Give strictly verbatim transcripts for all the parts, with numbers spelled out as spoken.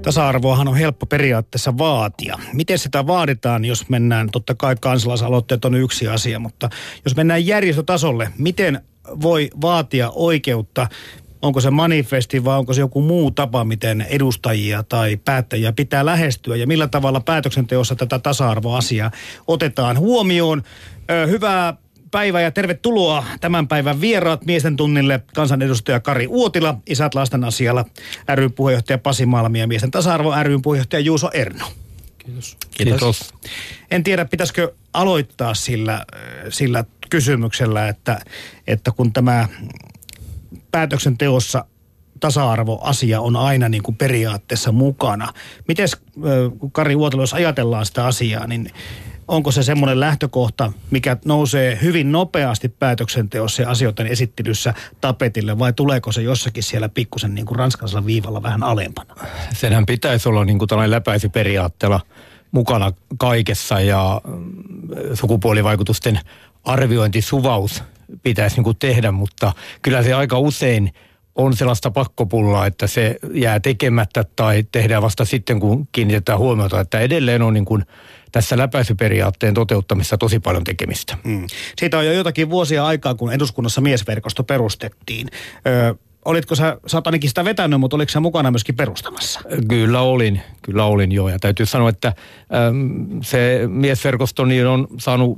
Tasa-arvoahan on helppo periaatteessa vaatia. Miten sitä vaaditaan, jos mennään, totta kai kansalaisaloitteet on yksi asia, mutta jos mennään järjestötasolle, miten voi vaatia oikeutta? Onko se manifesti vai onko se joku muu tapa, miten edustajia tai päättäjiä pitää lähestyä ja millä tavalla päätöksenteossa tätä tasa-arvoasiaa otetaan huomioon? Ö, hyvää päivää ja tervetuloa tämän päivän vieraat miesten tunnille. Kansanedustaja Kari Uotila, Isät lasten asialla ry:n puheenjohtaja Pasi Malmi ja miesten tasa-arvo ry:n puheenjohtaja Juuso Erno. Kiitos. Kiitos. Kiitos. En tiedä, pitäisikö aloittaa sillä, sillä kysymyksellä, että, että kun tämä päätöksenteossa tasa-arvoasia on aina niin kuin periaatteessa mukana. Miten, Kari Uotila, jos ajatellaan sitä asiaa, niin onko se semmoinen lähtökohta, mikä nousee hyvin nopeasti päätöksenteossa ja asioiden esittelyssä tapetille, vai tuleeko se jossakin siellä pikkusen niin kuin ranskalaisella viivalla vähän alempana? Senhän pitäisi olla niin kuin tällainen läpäisyperiaatteella mukana kaikessa, ja sukupuolivaikutusten arviointisuvaus pitäisi niin kuin tehdä, mutta kyllä se aika usein on sellaista pakkopullaa, että se jää tekemättä tai tehdään vasta sitten, kun kiinnitetään huomiota, että edelleen on niin kuin tässä läpäisyperiaatteen toteuttamissa tosi paljon tekemistä. Mm. Siitä on jo jotakin vuosia aikaa, kun eduskunnassa miesverkosto perustettiin. Ö, olitko sä, sä oot ainakin sitä vetänyt, mutta oliko sä mukana myöskin perustamassa? Kyllä olin, kyllä olin joo. Ja täytyy sanoa, että äm, se miesverkosto niin on saanut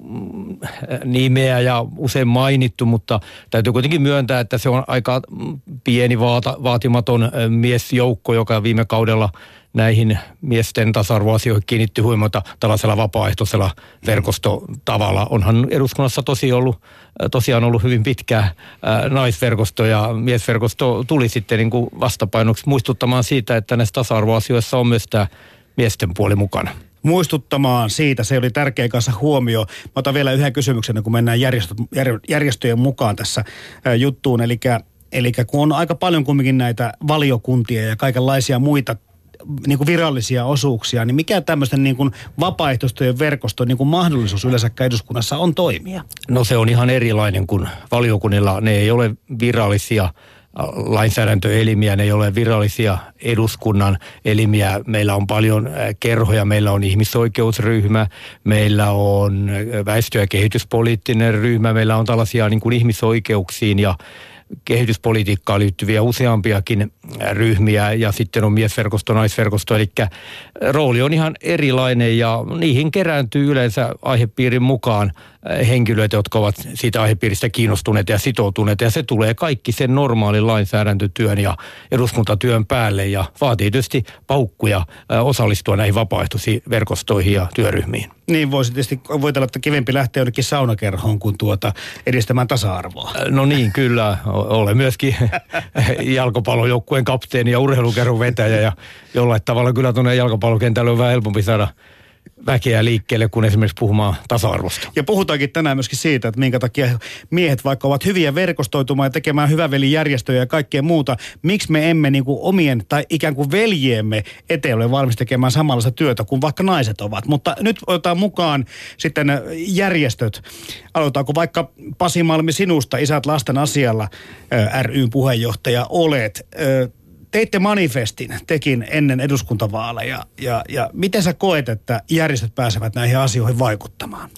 nimeä ja usein mainittu, mutta täytyy kuitenkin myöntää, että se on aika pieni vaata, vaatimaton miesjoukko, joka viime kaudella näihin miesten tasa-arvoasioihin kiinnitti huomiota tällaisella vapaaehtoisella verkostotavalla. Onhan eduskunnassa tosi ollut, tosiaan ollut hyvin pitkää naisverkosto ja miesverkosto tuli sitten niin kuin vastapainoksi muistuttamaan siitä, että näissä tasa-arvoasioissa on myös tämä miesten puoli mukana. Muistuttamaan siitä, se oli tärkeä kanssa huomio. Mä otan vielä yhden kysymyksen, kun mennään järjestö, järjestöjen mukaan tässä juttuun. Eli, eli kun on aika paljon kumminkin näitä valiokuntia ja kaikenlaisia muita niin kuin virallisia osuuksia, niin mikä tämmöisten niin kuin vapaaehtoistojen verkoston niin kuin mahdollisuus yleensäkään eduskunnassa on toimia? No se on ihan erilainen kuin valiokunnilla. Ne ei ole virallisia lainsäädäntöelimiä, ne ei ole virallisia eduskunnan elimiä. Meillä on paljon kerhoja, meillä on ihmisoikeusryhmä, meillä on väestö- ja kehityspoliittinen ryhmä, meillä on tällaisia niin kuin ihmisoikeuksiin ja kehityspolitiikkaan liittyviä useampiakin ryhmiä ja sitten on miesverkosto, naisverkosto, eli rooli on ihan erilainen ja niihin kerääntyy yleensä aihepiirin mukaan henkilöitä, jotka ovat siitä aihepiiristä kiinnostuneita ja sitoutuneita ja se tulee kaikki sen normaalin lainsäädäntötyön ja eduskuntatyön päälle ja vaatii tietysti paukkuja osallistua näihin vapaaehtoisiin verkostoihin ja työryhmiin. Niin voisi tietysti voitella, että kivempi lähteä jonnekin saunakerhoon kuin tuota edistämään tasa-arvoa. No niin, kyllä. Olen myöskin jalkapallojoukkueen kapteeni ja urheilukerhon vetäjä ja jollain tavalla kyllä tuonne jalkapallokentälle on vähän helpompi saada väkeä liikkeelle, kun esimerkiksi puhumaan tasa-arvosta. Ja puhutaankin tänään myöskin siitä, että minkä takia miehet vaikka ovat hyviä verkostoitumaan ja tekemään hyvävelijärjestöjä ja kaikkea muuta, miksi me emme niin kuin omien tai ikään kuin veljiemme eteen ole valmis tekemään samanlaista työtä kuin vaikka naiset ovat. Mutta nyt otetaan mukaan sitten järjestöt. Aloitaanko vaikka Pasi Malmi sinusta, Isät lasten asialla ry:n puheenjohtaja olet. Teitte manifestin tekin ennen eduskuntavaaleja ja, ja miten sä koet, että järjestöt pääsevät näihin asioihin vaikuttamaan?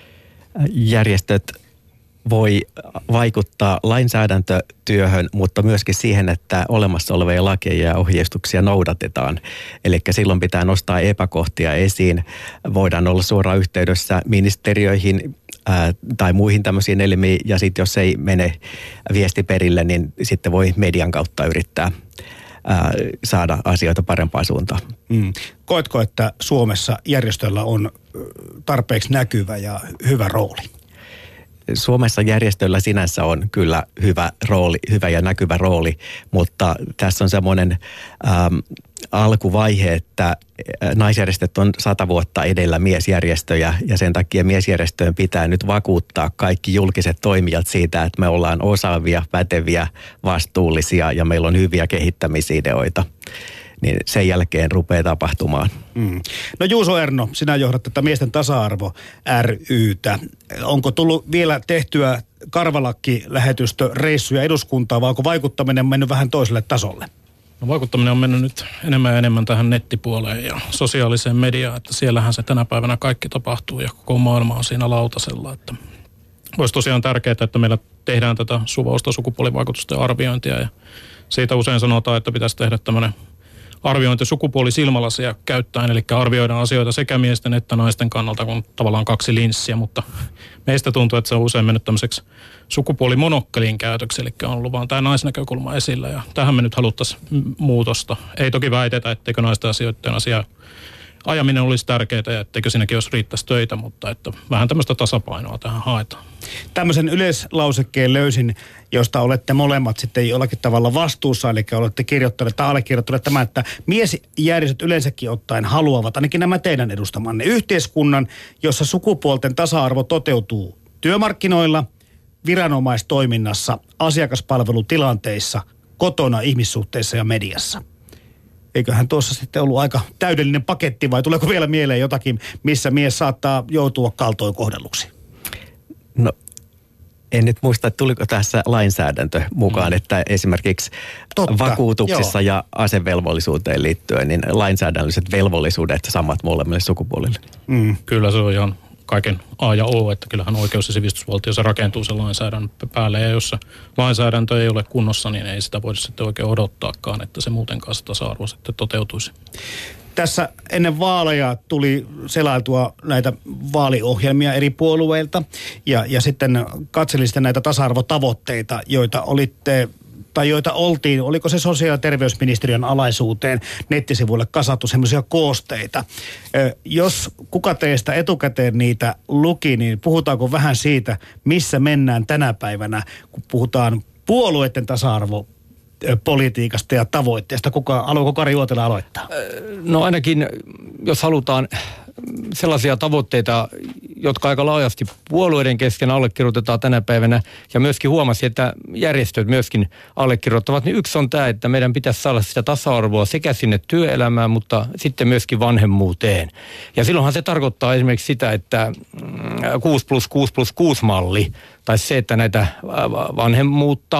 Järjestöt voi vaikuttaa lainsäädäntötyöhön, mutta myöskin siihen, että olemassa olevia lakeja ja ohjeistuksia noudatetaan. Eli silloin pitää nostaa epäkohtia esiin. Voidaan olla suoraan yhteydessä ministeriöihin ää, tai muihin tämmöisiin elimiin, ja sitten jos ei mene viesti perille, niin sitten voi median kautta yrittää saada asioita parempaan suuntaan. Mm. Koetko, että Suomessa järjestöllä on tarpeeksi näkyvä ja hyvä rooli? Suomessa järjestöllä sinänsä on kyllä hyvä rooli, hyvä ja näkyvä rooli, mutta tässä on semmoinen ähm, alkuvaihe, että naisjärjestöt on sata vuotta edellä miesjärjestöjä ja sen takia miesjärjestöön pitää nyt vakuuttaa kaikki julkiset toimijat siitä, että me ollaan osaavia, päteviä, vastuullisia ja meillä on hyviä kehittämisideoita. Niin sen jälkeen rupeaa tapahtumaan. Mm. No Juuso Erno, sinä johdat tätä miesten tasa-arvo ry:tä. Onko tullut vielä tehtyä karvalakki-lähetystö reissuja eduskuntaan, vai onko vaikuttaminen mennyt vähän toiselle tasolle? No, vaikuttaminen on mennyt nyt enemmän ja enemmän tähän nettipuoleen ja sosiaaliseen mediaan, että siellähän se tänä päivänä kaikki tapahtuu ja koko maailma on siinä lautasella. Että olisi tosiaan tärkeää, että meillä tehdään tätä suvausta sukupuolivaikutusten arviointia ja siitä usein sanotaan, että pitäisi tehdä tämmöinen arviointi sukupuolisilmälasia käyttäen, eli arvioidaan asioita sekä miesten että naisten kannalta, kun tavallaan kaksi linssiä, mutta meistä tuntuu, että se on usein mennyt tämmöiseksi sukupuolimonokkelin käytöksi, eli on ollut vaan tämä naisnäkökulma esillä, ja tähän me nyt haluttaisiin muutosta. Ei toki väitetä, etteikö naisten asioiden asiaa ajaminen olisi tärkeää ja etteikö siinäkin olisi riittäisi töitä, mutta että vähän tämmöistä tasapainoa tähän haetaan. Tämmöisen yleislausekkeen löysin, josta olette molemmat sitten jollakin tavalla vastuussa, eli olette kirjoittaneet tai allekirjoittaneet tämä, että miesjärjestöt yleensäkin ottaen haluavat, ainakin nämä teidän edustamanne, yhteiskunnan, jossa sukupuolten tasa-arvo toteutuu työmarkkinoilla, viranomaistoiminnassa, asiakaspalvelutilanteissa, kotona, ihmissuhteissa ja mediassa. Eiköhän tuossa sitten ollut aika täydellinen paketti, vai tuleeko vielä mieleen jotakin, missä mies saattaa joutua kaltoinkohdelluksi? No, en nyt muista, että tuliko tässä lainsäädäntö mukaan, mm. että esimerkiksi Totta, vakuutuksissa joo. ja asevelvollisuuteen liittyen, niin lainsäädännölliset velvollisuudet samat molemmille sukupuolille. Mm. Kyllä se on ihan kaiken A ja O, että kyllähän oikeus- ja sivistysvaltio se rakentuu sen lainsäädännön päälle, ja jos se lainsäädäntö ei ole kunnossa, niin ei sitä voida sitten oikein odottaakaan, että se muutenkaan se tasa-arvo sitten toteutuisi. Tässä ennen vaaleja tuli selailtua näitä vaaliohjelmia eri puolueilta, ja, ja sitten katselin sitten näitä tasa-arvotavoitteita, joita olitte tai joita oltiin, oliko se sosiaali- ja terveysministeriön alaisuuteen nettisivuille kasattu semmoisia koosteita. Jos kuka teistä etukäteen niitä luki, niin puhutaanko vähän siitä, missä mennään tänä päivänä, kun puhutaan puolueiden tasa-arvo politiikasta ja tavoitteesta. Kuka, haluaako Kari Juotila aloittaa? No ainakin, jos halutaan sellaisia tavoitteita, jotka aika laajasti puolueiden kesken allekirjoitetaan tänä päivänä, ja myöskin huomasi, että järjestöt myöskin allekirjoittavat, niin yksi on tämä, että meidän pitäisi saada sitä tasa-arvoa sekä sinne työelämään, mutta sitten myöskin vanhemmuuteen. Ja silloinhan se tarkoittaa esimerkiksi sitä, että kuusi plus kuusi plus kuusi malli, tai se, että näitä vanhemmuutta,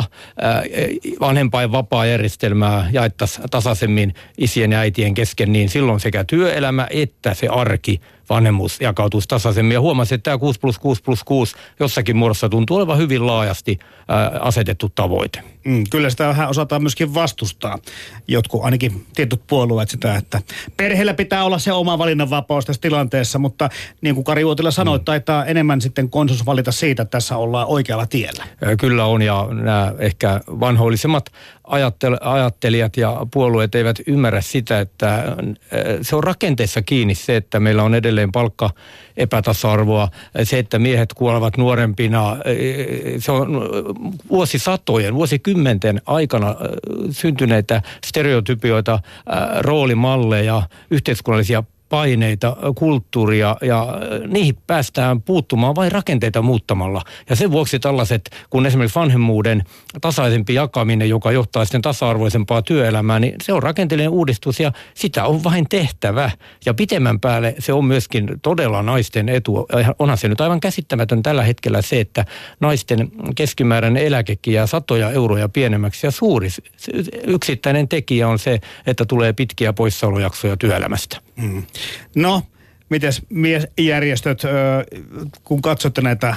vanhempainvapaajärjestelmää jaettaisiin tasaisemmin isien ja äitien kesken, niin silloin sekä työelämä että se arki, vanhemmuus jakautuisi tasaisemmin. Ja huomasin, että tämä kuusi plus kuusi plus kuusi jossakin muodossa tuntuu olevan hyvin laajasti ää, asetettu tavoite. Mm, kyllä sitä vähän osataan myöskin vastustaa. Jotkut, ainakin tietyt puolueet sitä, että perheellä pitää olla se oma valinnanvapaus tässä tilanteessa, mutta niin kuin Kari Juotila sanoi, mm. taitaa enemmän sitten konsensus valita siitä, että tässä ollaan oikealla tiellä. Kyllä on, ja nämä ehkä vanhoillisemmat ajattel- ajattelijat ja puolueet eivät ymmärrä sitä, että se on rakenteessa kiinni se, että meillä on edelleen palkka epätasa-arvoa, se, että miehet kuolevat nuorempina, se on vuosisatojen, vuosikymmenten aikana syntyneitä stereotypioita, roolimalleja, yhteiskunnallisia paineita, kulttuuria, ja niihin päästään puuttumaan vain rakenteita muuttamalla. Ja sen vuoksi tällaiset, kun esimerkiksi vanhemmuuden tasaisempi jakaminen, joka johtaa sitten tasa-arvoisempaa työelämää, niin se on rakenteellinen uudistus, ja sitä on vain tehtävä. Ja pitemmän päälle se on myöskin todella naisten etu. Onhan se nyt aivan käsittämätön tällä hetkellä se, että naisten keskimääräinen eläkekin jää satoja euroja pienemmäksi, ja suuri yksittäinen tekijä on se, että tulee pitkiä poissaolojaksoja työelämästä. Mm. No, mites miesjärjestöt, kun katsotte näitä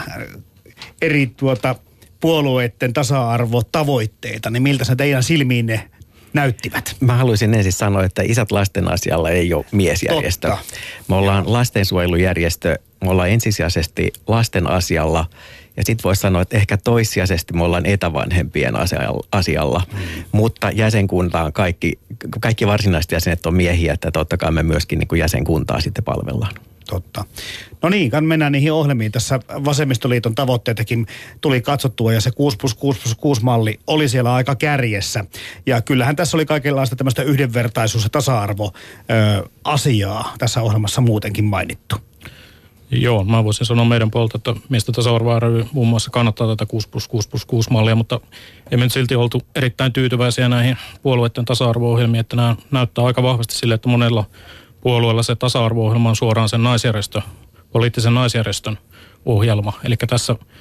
eri tuota puolueiden tasa-arvotavoitteita, niin miltä se teidän silmiinne näyttivät? Mä haluaisin ensin sanoa, että Isät lasten asialla ei ole miesjärjestö. Totta. Me ollaan lastensuojelujärjestö, me ollaan ensisijaisesti lasten asialla, ja sitten voisi sanoa, että ehkä toissijaisesti me ollaan etävanhempien asialla, mm. mutta jäsenkuntaan kaikki, kaikki varsinaiset jäsenet on miehiä, että totta kai me myöskin niin kuin jäsenkuntaa sitten palvellaan. Totta. No niin, kan mennään niihin ohjelmiin. Tässä Vasemmistoliiton tavoitteitakin tuli katsottua, ja se kuusi plus kuusi plus kuusi malli oli siellä aika kärjessä. Ja kyllähän tässä oli kaikenlaista tämmöistä yhdenvertaisuus- ja tasa-arvo-asiaa tässä ohjelmassa muutenkin mainittu. Joo, mä voisin sanoa meidän puolelta, että miesten tasa-arvo ry muun muassa kannattaa tätä kuusi plus kuusi plus kuusi mallia, mutta emme nyt silti oltu erittäin tyytyväisiä näihin puolueiden tasa-arvo-ohjelmiin, että nämä näyttää aika vahvasti sille, että monella puolueella se tasa-arvo-ohjelma on suoraan sen naisjärjestö, poliittisen naisjärjestön ohjelma. Eli tässä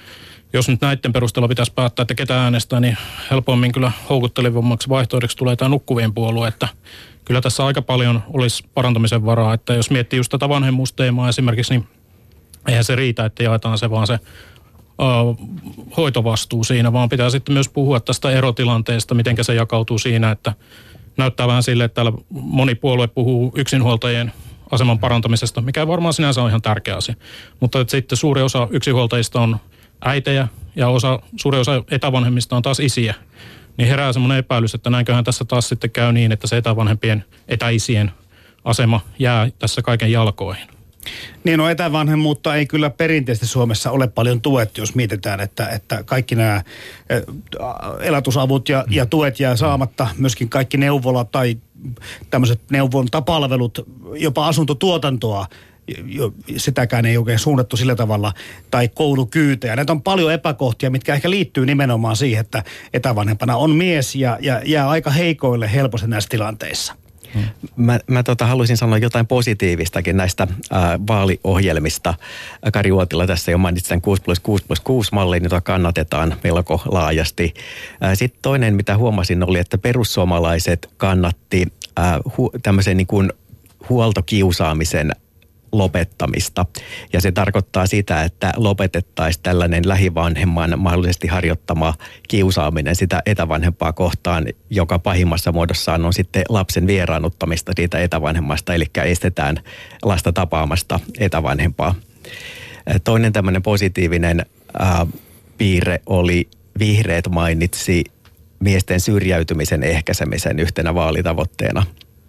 jos nyt näiden perusteella pitäisi päättää, että ketä äänestää, niin helpommin kyllä houkuttelevammaksi vaihtoehdoksi tulee tämä nukkuvien puolue, että kyllä tässä aika paljon olisi parantamisen varaa, että jos miettii just tätä vanhemmuusteemaa esimerkiksi, niin eihän se riitä, että jaetaan se vaan se uh, hoitovastuu siinä, vaan pitää sitten myös puhua tästä erotilanteesta, miten se jakautuu siinä, että näyttää vähän sille, että täällä moni puolue puhuu yksinhuoltajien aseman parantamisesta, mikä varmaan sinänsä on ihan tärkeä asia. Mutta että sitten suuri osa yksinhuoltajista on äitejä ja osa, suuri osa etävanhemmista on taas isiä. Niin herää semmoinen epäilys, että näinköhän tässä taas sitten käy niin, että se etävanhempien, etäisien asema jää tässä kaiken jalkoihin. Niin, no etävanhemmuutta ei kyllä perinteisesti Suomessa ole paljon tuettu, jos mietitään, että, että kaikki nämä elatusavut ja, ja tuet jää saamatta, myöskin kaikki neuvolat tai tämmöiset neuvontapalvelut, jopa asuntotuotantoa, sitäkään ei oikein suunnattu sillä tavalla, tai koulukyytejä. Näitä on paljon epäkohtia, mitkä ehkä liittyy nimenomaan siihen, että etävanhempana on mies ja, ja jää aika heikoille helposti näissä tilanteissa. Hmm. Mä, mä tota, haluaisin sanoa jotain positiivistakin näistä ää, vaaliohjelmista. Kari Uotila tässä jo mainitsi tämän kuusi plus kuusi plus kuusi -mallin, jota kannatetaan melko laajasti. Sitten toinen, mitä huomasin, oli, että perussuomalaiset kannatti ää, hu, tämmöisen niin kuin huoltokiusaamisen lopettamista. Ja se tarkoittaa sitä, että lopetettaisiin tällainen lähivanhemman mahdollisesti harjoittama kiusaaminen sitä etävanhempaa kohtaan, joka pahimmassa muodossaan on sitten lapsen vieraannuttamista siitä etävanhemmasta, eli estetään lasta tapaamasta etävanhempaa. Toinen tämmöinen positiivinen ää, piirre oli, vihreät mainitsi miesten syrjäytymisen ehkäisemisen yhtenä vaalitavoitteena.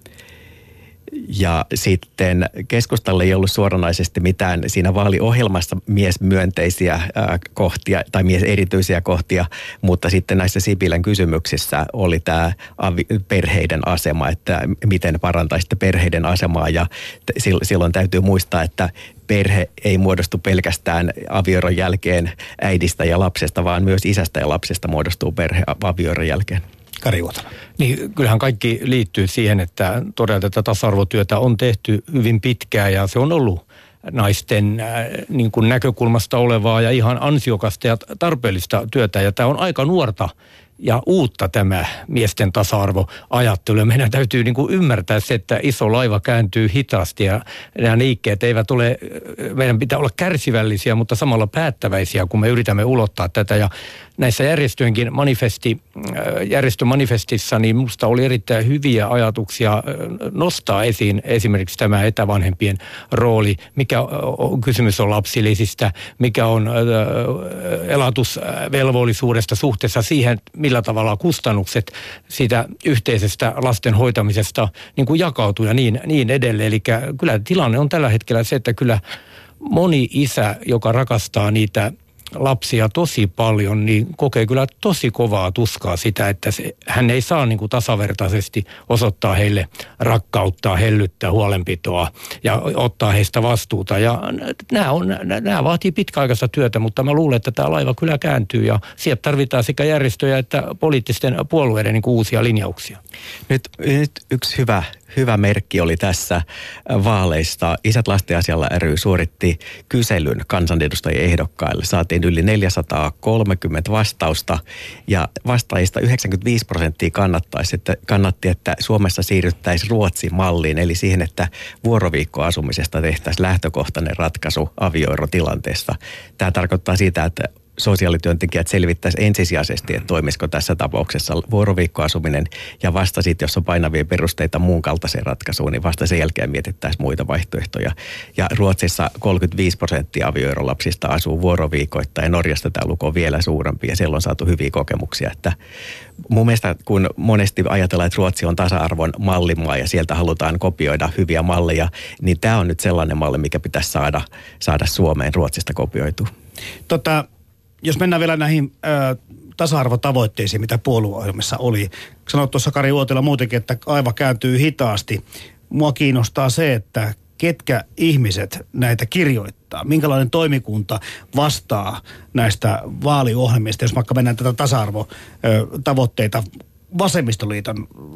Ja sitten keskustalle ei ollut suoranaisesti mitään siinä vaaliohjelmassa miesmyönteisiä ää, kohtia tai mieserityisiä kohtia, mutta sitten näissä Sipilän kysymyksissä oli tämä avi, perheiden asema, että miten parantaisitte perheiden asemaa, ja t- silloin täytyy muistaa, että perhe ei muodostu pelkästään avioeron jälkeen äidistä ja lapsesta, vaan myös isästä ja lapsesta muodostuu perhe avioeron jälkeen. Kari Uotila. Niin kyllähän kaikki liittyy siihen, että todella tätä tasa-arvotyötä on tehty hyvin pitkään ja se on ollut naisten äh, niin kuin näkökulmasta olevaa ja ihan ansiokasta ja tarpeellista työtä. Ja tämä on aika nuorta ja uutta tämä miesten tasa-arvoajattelu. Meidän täytyy niin kuin ymmärtää se, että iso laiva kääntyy hitaasti ja nämä liikkeet eivät ole, meidän pitää olla kärsivällisiä, mutta samalla päättäväisiä, kun me yritämme ulottaa tätä. Ja näissä järjestöjenkin manifesti, järjestömanifestissa, niin minusta oli erittäin hyviä ajatuksia nostaa esiin esimerkiksi tämä etävanhempien rooli, mikä on, kysymys on lapsilisistä, mikä on elatusvelvollisuudesta suhteessa siihen, millä tavalla kustannukset siitä yhteisestä lasten hoitamisesta niin kuin jakautuu ja niin, niin edelleen. Eli kyllä tilanne on tällä hetkellä se, että kyllä moni isä, joka rakastaa niitä lapsia tosi paljon, niin kokee kyllä tosi kovaa tuskaa sitä, että se, hän ei saa niin kuin tasavertaisesti osoittaa heille rakkautta, hellyttää, huolenpitoa ja ottaa heistä vastuuta. Ja nämä, on, nämä vaatii pitkäaikaista työtä, mutta mä luulen, että tämä laiva kyllä kääntyy ja sieltä tarvitaan sekä järjestöjä että poliittisten puolueiden niin kuin uusia linjauksia. Nyt, nyt yksi hyvä, hyvä merkki oli tässä vaaleista. Isät lastenasialla ry suoritti kyselyn kansanedustajien ehdokkaille. Saatiin yli neljäsataakolmekymmentä vastausta ja vastaajista yhdeksänkymmentäviisi prosenttia kannattaisi, että, kannatti, että Suomessa siirryttäisiin Ruotsin malliin, eli siihen, että vuoroviikkoasumisesta tehtäisiin lähtökohtainen ratkaisu avioerotilanteessa. Tämä tarkoittaa sitä, että sosiaalityöntekijät selvittäisi ensisijaisesti, että toimisiko tässä tapauksessa vuoroviikkoasuminen, ja vasta sitten, jos on painavia perusteita muun kaltaiseen ratkaisuun, niin vasta sen jälkeen mietittäisiin muita vaihtoehtoja. Ja Ruotsissa kolmekymmentäviisi prosenttia avioerolapsista asuu vuoroviikoittain, ja Norjasta tämä luku on vielä suurempi, ja siellä on saatu hyviä kokemuksia. Että mun mielestä, kun monesti ajatellaan, että Ruotsi on tasa-arvon mallimaa, ja sieltä halutaan kopioida hyviä malleja, niin tämä on nyt sellainen malli, mikä pitäisi saada, saada Suomeen Ruotsista kopioitua. Tota... Jos mennään vielä näihin ö, tasa-arvotavoitteisiin, mitä puolueohjelmassa oli. Sanoit tuossa Kari Uotila muutenkin, että aiva kääntyy hitaasti. Mua kiinnostaa se, että ketkä ihmiset näitä kirjoittaa. Minkälainen toimikunta vastaa näistä vaaliohjelmista, jos vaikka mennään tätä tasa-arvotavoitteita Vasemmistoliiton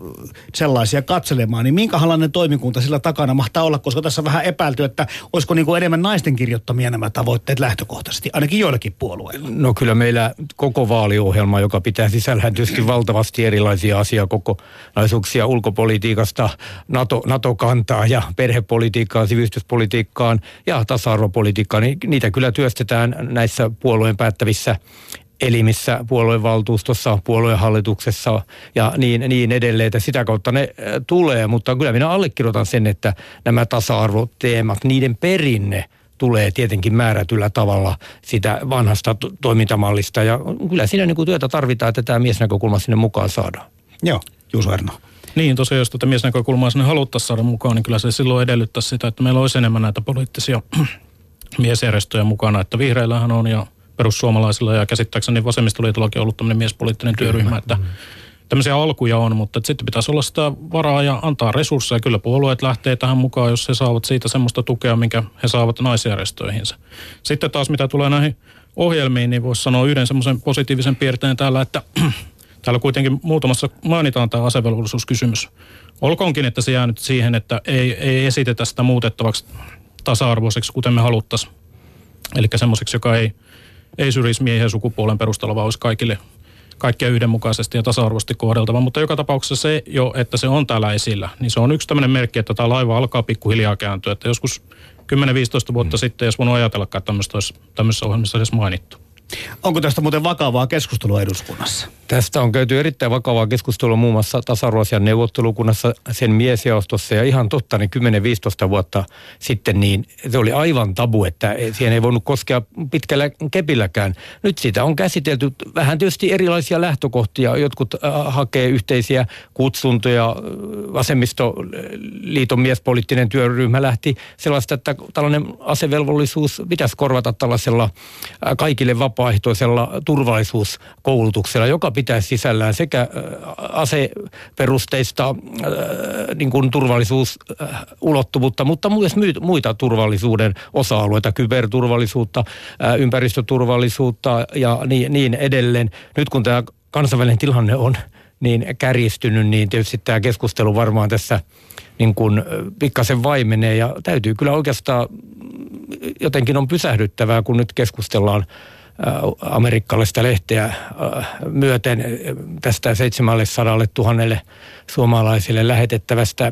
sellaisia katselemaan, niin minkälainen toimikunta sillä takana mahtaa olla, koska tässä on vähän epäilty, että olisiko niin kuin enemmän naisten kirjoittamia nämä tavoitteet lähtökohtaisesti, ainakin joillakin puolueilla. No kyllä meillä koko vaaliohjelma, joka pitää sisällään tietysti valtavasti erilaisia asiakokonaisuuksia ulkopolitiikasta, NATO, NATO-kantaa ja perhepolitiikkaan, sivistyspolitiikkaan ja tasa-arvopolitiikkaan, niin niitä kyllä työstetään näissä puolueen päättävissä elimissä, puolueen valtuustossa, puolueen hallituksessa ja niin, niin edelleen, että sitä kautta ne tulee, mutta kyllä minä allekirjoitan sen, että nämä tasa-arvoteemat, niiden perinne tulee tietenkin määrätyllä tavalla sitä vanhasta to- toimintamallista ja kyllä siinä niin kuin työtä tarvitaan, että tämä miesnäkökulma sinne mukaan saadaan. Joo, Juuso Erno. Niin, tosiaan jos tuota miesnäkökulmaa sinne haluttaisiin saada mukaan, niin kyllä se silloin edellyttäisi sitä, että meillä olisi enemmän näitä poliittisia miesjärjestöjä mukana, että vihreillähän on ja perussuomalaisilla ja käsittääkseni vasemmistoliitollakin on ollut tämmöinen miespoliittinen työryhmä, että tämmöisiä alkuja on, mutta sitten pitäisi olla sitä varaa ja antaa resursseja. Kyllä puolueet lähtee tähän mukaan, jos he saavat siitä semmoista tukea, minkä he saavat naisjärjestöihinsä. Sitten taas mitä tulee näihin ohjelmiin, niin voisi sanoa yhden semmoisen positiivisen piirteen täällä, että täällä kuitenkin muutamassa mainitaan tämä asevelvollisuuskysymys. Olkoonkin, että se jää nyt siihen, että ei, ei esitetä sitä muutettavaksi tasa-arvoiseksi, kuten me haluttaisiin. Eli semmoiseksi, joka ei, ei syrjisi miehen sukupuolen perusteella, vaan olisi kaikille, kaikkia yhdenmukaisesti ja tasa-arvoisesti kohdeltava. Mutta joka tapauksessa se jo, että se on täällä esillä, niin se on yksi tämmöinen merkki, että tämä laiva alkaa pikkuhiljaa kääntyä. Että joskus kymmenen viisitoista vuotta mm. sitten ei olisi voinut ajatellakaan, että tämmöistä olisi tämmöisessä ohjelmassa edes mainittu. Onko tästä muuten vakavaa keskustelua eduskunnassa? Tästä on käyty erittäin vakavaa keskustelua muun muassa tasa-arvoasian neuvottelukunnassa, sen miesjaostossa ja ihan totta, niin kymmenen viisitoista vuotta sitten niin se oli aivan tabu, että siihen ei voinut koskea pitkällä kepilläkään. Nyt siitä on käsitelty vähän tietysti erilaisia lähtökohtia. Jotkut äh, hakee yhteisiä kutsuntoja. Vasemmistoliiton miespoliittinen työryhmä lähti sellaista, että tällainen asevelvollisuus pitäisi korvata tällaisella äh, kaikille vapaaehtoisella turvallisuuskoulutuksella, joka pitää sisällään sekä aseperusteista niin kuin turvallisuusulottuvuutta, mutta myös muita turvallisuuden osa-alueita, kyberturvallisuutta, ympäristöturvallisuutta ja niin, niin edelleen. Nyt kun tämä kansainvälinen tilanne on niin kärjistynyt, niin tietysti tämä keskustelu varmaan tässä niin kuin pikkasen vaimenee ja täytyy kyllä oikeastaan jotenkin on pysähdyttävää, kun nyt keskustellaan amerikkalaista lehteä myöten tästä seitsemänsataatuhatta suomalaisille lähetettävästä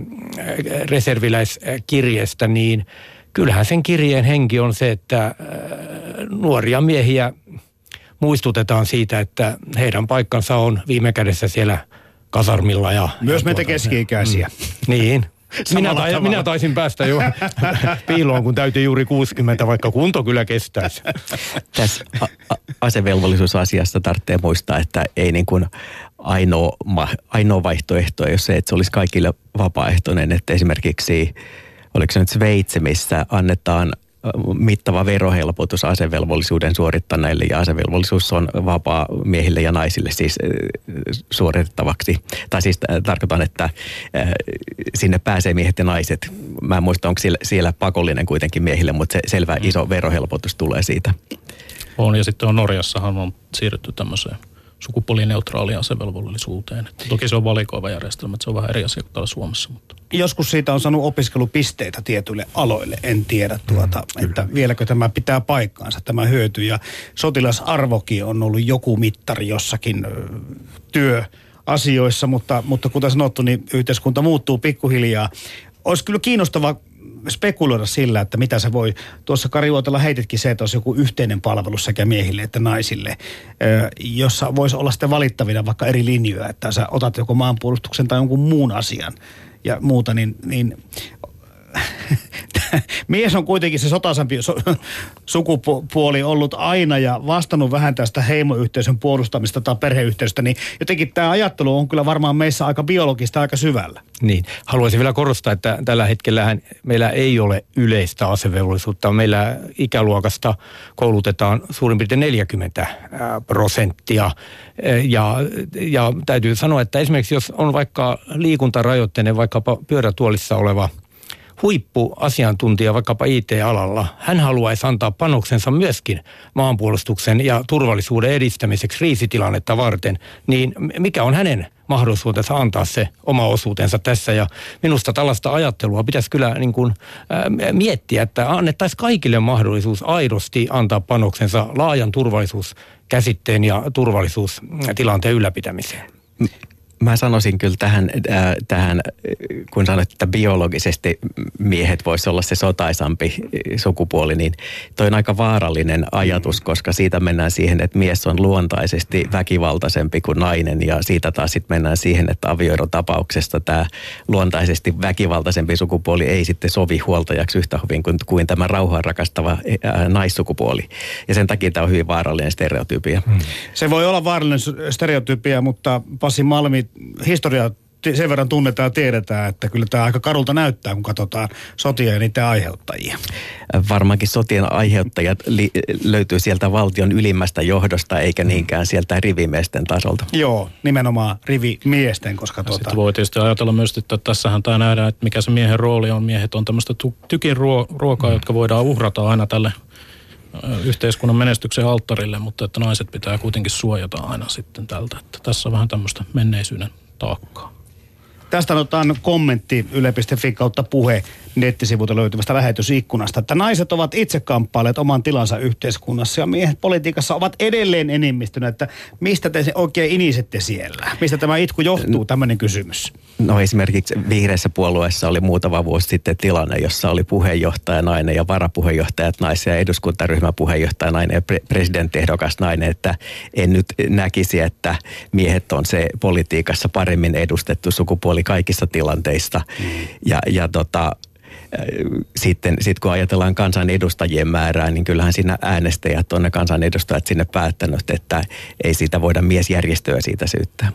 reserviläiskirjeestä, niin kyllähän sen kirjeen henki on se, että nuoria miehiä muistutetaan siitä, että heidän paikkansa on viime kädessä siellä kasarmilla. Ja, myös ja meitä tuota, keski-ikäisiä. Mm, niin. Minä, ta- minä taisin päästä jo piiloon, kun täytyy juuri kuusikymmentä, vaikka kunto kyllä kestäisi. Tässä a- asevelvollisuusasiassa tarvitsee muistaa, että ei niin kuin ainoa, ainoa vaihtoehto ei ole se, että se olisi kaikille vapaaehtoinen. Että esimerkiksi, oliko se nyt Sveitsi, missä annetaan mittava verohelpotus asevelvollisuuden suorittaneille ja asevelvollisuus on vapaa miehille ja naisille siis suoritettavaksi. Tai siis tarkoitan, että sinne pääsee miehet ja naiset. Mä en muista, onko siellä, siellä pakollinen kuitenkin miehille, mutta se selvä iso verohelpotus tulee siitä. On ja sitten on Norjassahan on siirrytty tämmöiseen sukupuolineutraaliin asevelvollisuuteen. Toki se on valikoiva järjestelmä, että se on vähän eri asia kuin täällä Suomessa. Mutta. Joskus siitä on saanut opiskelupisteitä tietyille aloille, en tiedä tuota, mm, että vieläkö tämä pitää paikkaansa, tämä hyöty. Ja sotilasarvokin on ollut joku mittari jossakin työasioissa, mutta, mutta kuten sanottu, niin yhteiskunta muuttuu pikkuhiljaa. Olisi kyllä kiinnostavaa spekuloida sillä, että mitä se voi. Tuossa Kari Uotila heititkin se, että olisi joku yhteinen palvelus sekä miehille että naisille, jossa voisi olla sitten valittavina vaikka eri linjoja, että sä otat joko maanpuolustuksen tai jonkun muun asian ja muuta, niin, niin mies on kuitenkin se sotaisampi sukupuoli ollut aina ja vastannut vähän tästä heimoyhteisön puolustamista tai perheyhteisöstä, niin jotenkin tämä ajattelu on kyllä varmaan meissä aika biologista, aika syvällä. Niin, haluaisin vielä korostaa, että tällä hetkellähän meillä ei ole yleistä asevelvollisuutta. Meillä ikäluokasta koulutetaan suurin piirtein neljäkymmentä prosenttia ja, ja täytyy sanoa, että esimerkiksi jos on vaikka liikuntarajoitteinen, vaikkapa pyörätuolissa oleva huippuasiantuntija vaikkapa I T-alalla, hän haluaisi antaa panoksensa myöskin maanpuolustuksen ja turvallisuuden edistämiseksi kriisitilannetta varten, niin mikä on hänen mahdollisuutensa antaa se oma osuutensa tässä. Ja minusta tällaista ajattelua pitäisi kyllä niin kuin, ää, miettiä, että annettaisiin kaikille mahdollisuus aidosti antaa panoksensa laajan turvallisuuskäsitteen ja turvallisuustilanteen ylläpitämiseen. Mä sanoisin kyllä tähän, äh, tähän, kun sanoit, että biologisesti miehet voisi olla se sotaisampi sukupuoli, niin toi on aika vaarallinen ajatus, koska siitä mennään siihen, että mies on luontaisesti väkivaltaisempi kuin nainen, ja siitä taas sitten mennään siihen, että avioerotapauksesta tämä luontaisesti väkivaltaisempi sukupuoli ei sitten sovi huoltajaksi yhtä hyvin kuin, kuin tämä rauhaa rakastava äh, naissukupuoli. Ja sen takia tämä on hyvin vaarallinen stereotypia. Hmm. Se voi olla vaarallinen stereotypia, mutta Pasi Malmi, historiaa sen verran tunnetaan ja tiedetään, että kyllä tämä aika karulta näyttää, kun katsotaan sotia ja niiden aiheuttajia. Varmaankin sotien aiheuttajat li- löytyy sieltä valtion ylimmästä johdosta, eikä niinkään sieltä rivimiesten tasolta. Joo, nimenomaan rivimiesten, koska tuota... Sitten voi tietysti ajatella myös, että tässähän tämä nähdään, että mikä se miehen rooli on. Miehet on tämmöistä tykin ruo- ruokaa, mm. jotka voidaan uhrata aina tälle yhteiskunnan menestyksen alttarille, mutta että naiset pitää kuitenkin suojata aina sitten tältä. Että tässä on vähän tämmöistä menneisyyden taakkaa. Tästä otetaan kommentti yle piste fi kautta puhe nettisivuilta löytyvästä lähetysikkunasta, että naiset ovat itse kamppailleet oman tilansa yhteiskunnassa ja miehet politiikassa ovat edelleen enemmistönä, että mistä te oikein inisette siellä? Mistä tämä itku johtuu, tämmöinen kysymys? No esimerkiksi vihreässä puolueessa oli muutama vuosi sitten tilanne, jossa oli puheenjohtaja nainen ja varapuheenjohtajat naisia ja eduskuntaryhmän puheenjohtaja nainen ja pre- presidenttiehdokas nainen, että en nyt näkisi, että miehet on se politiikassa paremmin edustettu sukupuoli kaikissa tilanteissa. Mm. Ja, ja tota, sitten sit kun ajatellaan kansanedustajien määrää, niin kyllähän siinä äänestäjät on ne kansanedustajat sinne päättänyt, että ei siitä voida miesjärjestöä siitä syyttää.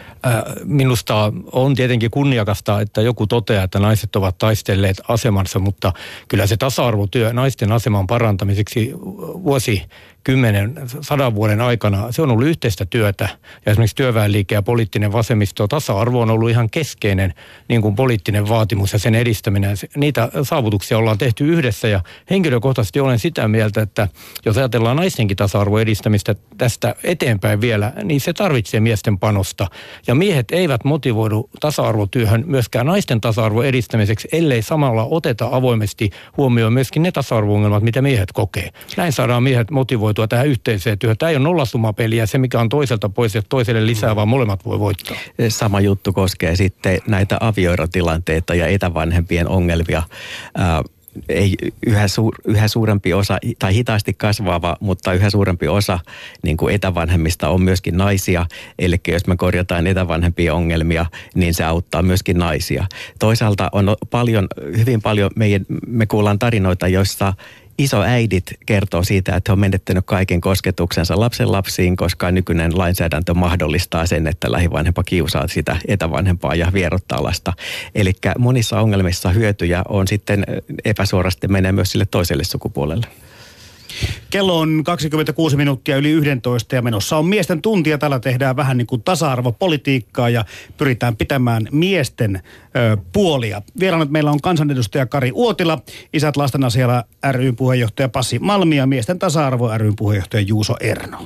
Minusta on tietenkin kunniakasta, että joku toteaa, että naiset ovat taistelleet asemansa, mutta kyllä se tasa-arvotyö naisten aseman parantamiseksi vuosikymmenen, sadan vuoden aikana, se on ollut yhteistä työtä. Ja esimerkiksi työväenliike ja poliittinen vasemmisto, tasa-arvo on ollut ihan keskeinen niin kuin poliittinen vaatimus ja sen edistäminen. Niitä saavutuksia ollaan tehty yhdessä ja henkilökohtaisesti olen sitä mieltä, että jos ajatellaan naistenkin tasa-arvon edistämistä tästä eteenpäin vielä, niin se tarvitsee miesten panosta. Ja miehet eivät motivoidu tasa-arvotyöhön myöskään naisten tasa-arvon edistämiseksi, ellei samalla oteta avoimesti huomioon myöskin ne tasa-arvo-ongelmat, mitä miehet kokee. Näin saadaan miehet motivoitua tähän yhteiseen työhön. Tämä ei ole nollasumapeliä, se mikä on toiselta pois ja toiselle lisää, vaan molemmat voi voittaa. Sama juttu koskee sitten näitä avioerotilanteita ja etävanhempien ongelmia. Ää, ei yhä, suur, yhä suurempi osa, tai hitaasti kasvava, mutta yhä suurempi osa niin kuin etävanhemmista on myöskin naisia. Eli jos me korjataan etävanhempien ongelmia, niin se auttaa myöskin naisia. Toisaalta on paljon, hyvin paljon, meidän, me kuullaan tarinoita, joissa isoäidit kertoo siitä, että he on menettänyt kaiken kosketuksensa lapsen lapsiin, koska nykyinen lainsäädäntö mahdollistaa sen, että lähivanhempa kiusaa sitä etävanhempaa ja vierottaa lasta. Eli monissa ongelmissa hyötyjä on sitten epäsuorasti menee myös sille toiselle sukupuolelle. Kello on kaksikymmentäkuusi minuuttia yli yksitoista ja menossa on miesten tuntia. Tällä tehdään vähän niin kuin tasa-arvopolitiikkaa ja pyritään pitämään miesten ö, puolia. Vieraana meillä on kansanedustaja Kari Uotila, Isät lasten asialla ry:n puheenjohtaja Pasi Malmi ja Miesten tasa-arvo ry:n puheenjohtaja Juuso Erno.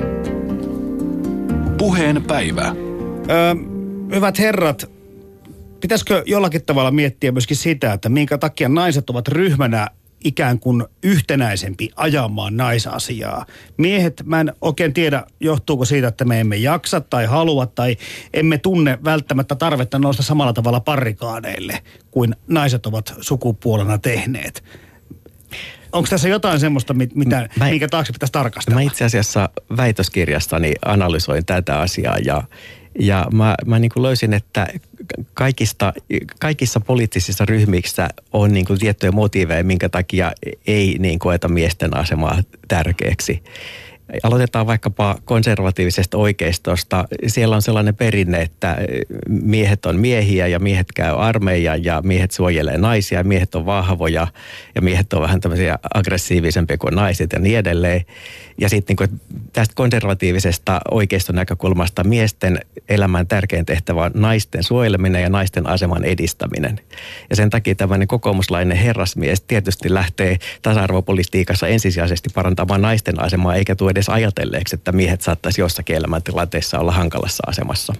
Puheen päivä. Ö, hyvät herrat, pitäisikö jollakin tavalla miettiä myöskin sitä, että minkä takia naiset ovat ryhmänä ikään kuin yhtenäisempi ajamaan naisasiaa. Miehet, mä en oikein tiedä, johtuuko siitä, että me emme jaksa tai halua tai emme tunne välttämättä tarvetta nousta samalla tavalla barrikaadeille kuin naiset ovat sukupuolena tehneet. Onko tässä jotain semmoista, mitä, mä, minkä taakse pitäisi tarkastella? Mä itse asiassa väitöskirjastani analysoin tätä asiaa ja Ja mä, mä niin kuin löysin, että kaikista, kaikissa poliittisissa ryhmissä on niin kuin tiettyjä motiiveja, minkä takia ei niin koeta miesten asemaa tärkeäksi. Aloitetaan vaikkapa konservatiivisesta oikeistosta. Siellä on sellainen perinne, että miehet on miehiä ja miehet käy armeijan ja miehet suojelee naisia ja miehet on vahvoja ja miehet on vähän tämmöisiä aggressiivisempia kuin naiset ja niin edelleen. Ja sitten niin tästä konservatiivisesta oikeiston näkökulmasta miesten elämän tärkein tehtävä on naisten suojeleminen ja naisten aseman edistäminen. Ja sen takia tämmöinen kokoomuslainen herrasmies tietysti lähtee tasa-arvopolitiikassa ensisijaisesti parantamaan naisten asemaa eikä tule edes ajatelleeksi, että miehet saattaisi jossakin elämäntilanteessa olla hankalassa asemassa.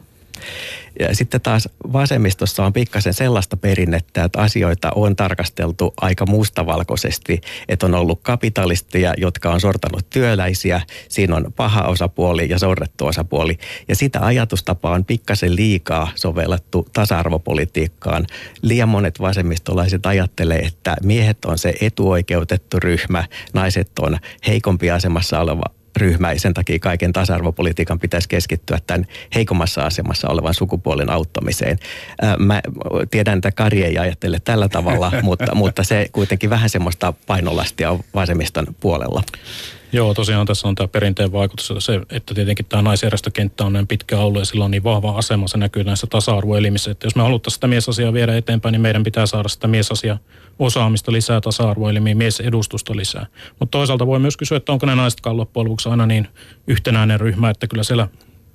Ja sitten taas vasemmistossa on pikkasen sellaista perinnettä, että asioita on tarkasteltu aika mustavalkoisesti, että on ollut kapitalistia, jotka on sortanut työläisiä, siinä on paha osapuoli ja sorrettu osapuoli. Ja sitä ajatustapaa on pikkasen liikaa sovellettu tasa-arvopolitiikkaan. Liian monet vasemmistolaiset ajattelee, että miehet on se etuoikeutettu ryhmä, naiset on heikompi asemassa oleva ryhmä, ja sen takia kaiken tasa-arvopolitiikan pitäisi keskittyä tämän heikommassa asemassa olevan sukupuolen auttamiseen. Mä tiedän, että Kari ei ajattele tällä tavalla, mutta, mutta se kuitenkin vähän semmoista painolastia on vasemmiston puolella. Joo, tosiaan tässä on tämä perinteen vaikutus, se, että tietenkin tämä naisjärjestökenttä on näin pitkä ollut ja sillä on niin vahva asema, se näkyy näissä tasa-arvoelimissä, että jos me haluttaisiin sitä miesasiaa viedä eteenpäin, niin meidän pitää saada sitä miesasia osaamista lisää, tasa-arvoelimiä, miesedustusta lisää. Mutta toisaalta voi myös kysyä, että onko ne naisetkaan loppujen lopuksi aina niin yhtenäinen ryhmä, että kyllä siellä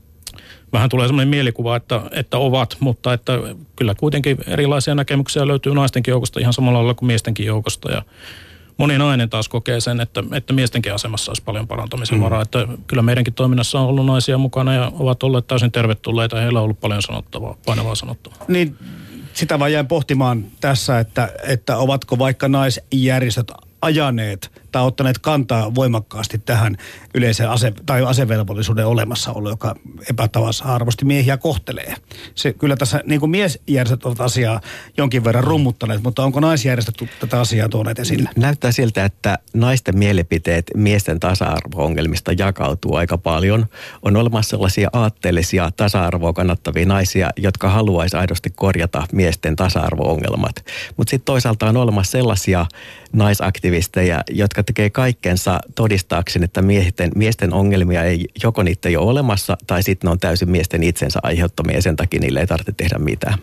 vähän tulee sellainen mielikuva, että, että ovat, mutta että kyllä kuitenkin erilaisia näkemyksiä löytyy naistenkin joukosta ihan samalla lailla kuin miestenkin joukosta ja moni nainen taas kokee sen, että, että miestenkin asemassa olisi paljon parantamisen varaa. Mm. Että kyllä meidänkin toiminnassa on ollut naisia mukana ja ovat olleet täysin tervetulleita ja heillä on ollut paljon sanottavaa, painavaa sanottavaa. Niin, sitä vaan jäin pohtimaan tässä, että, että ovatko vaikka naisjärjestöt ajaneet tai ottaneet kantaa voimakkaasti tähän yleiseen ase- tai asevelvollisuuden olemassaolo, joka epätavassa-arvoisesti miehiä kohtelee. Se, kyllä tässä niin kuin miesjärjestöt ovat asiaa jonkin verran rummuttaneet, mutta onko naisjärjestöt tätä asiaa tuoneet esille? Näyttää siltä, että naisten mielipiteet miesten tasa-arvo-ongelmista jakautuu aika paljon. On olemassa sellaisia aatteellisia tasa-arvoa kannattavia naisia, jotka haluaisi aidosti korjata miesten tasa-arvo-ongelmat. Mutta sitten toisaalta on olemassa sellaisia naisaktivisteja, jotka tekee kaikkensa todistaakseen, että miesten, miesten ongelmia ei, joko niitä ei ole olemassa, tai sitten ne on täysin miesten itsensä aiheuttamia, ja sen takia niille ei tarvitse tehdä mitään.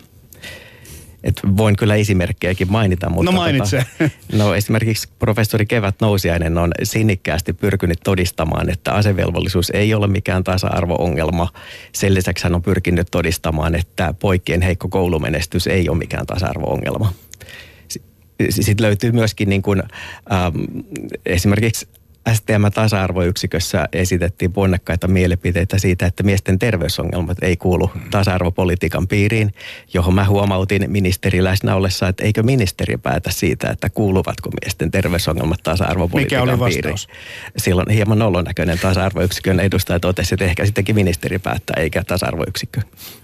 Et voin kyllä esimerkkejäkin mainita. Mutta no mainitse. Tota, no esimerkiksi professori Kevät-Nousiainen on sinnikkäästi pyrkinyt todistamaan, että asevelvollisuus ei ole mikään tasa-arvo-ongelma. Sen lisäksi hän on pyrkinyt todistamaan, että poikien heikko koulumenestys ei ole mikään tasa-arvo-ongelma. Sitten löytyy myöskin niin kuin, ähm, esimerkiksi S T M-tasa-arvoyksikössä esitettiin ponnekkaita mielipiteitä siitä, että miesten terveysongelmat ei kuulu tasa-arvopolitiikan piiriin, johon mä huomautin ministeri läsnä ollessa, että eikö ministeri päätä siitä, että kuuluvatko miesten terveysongelmat tasa-arvopolitiikan piiriin. Silloin hieman nolonäköinen tasa-arvoyksikön edustaja totesi, että ehkä sittenkin ministeri päättää, eikä tasa-arvoyksikkö.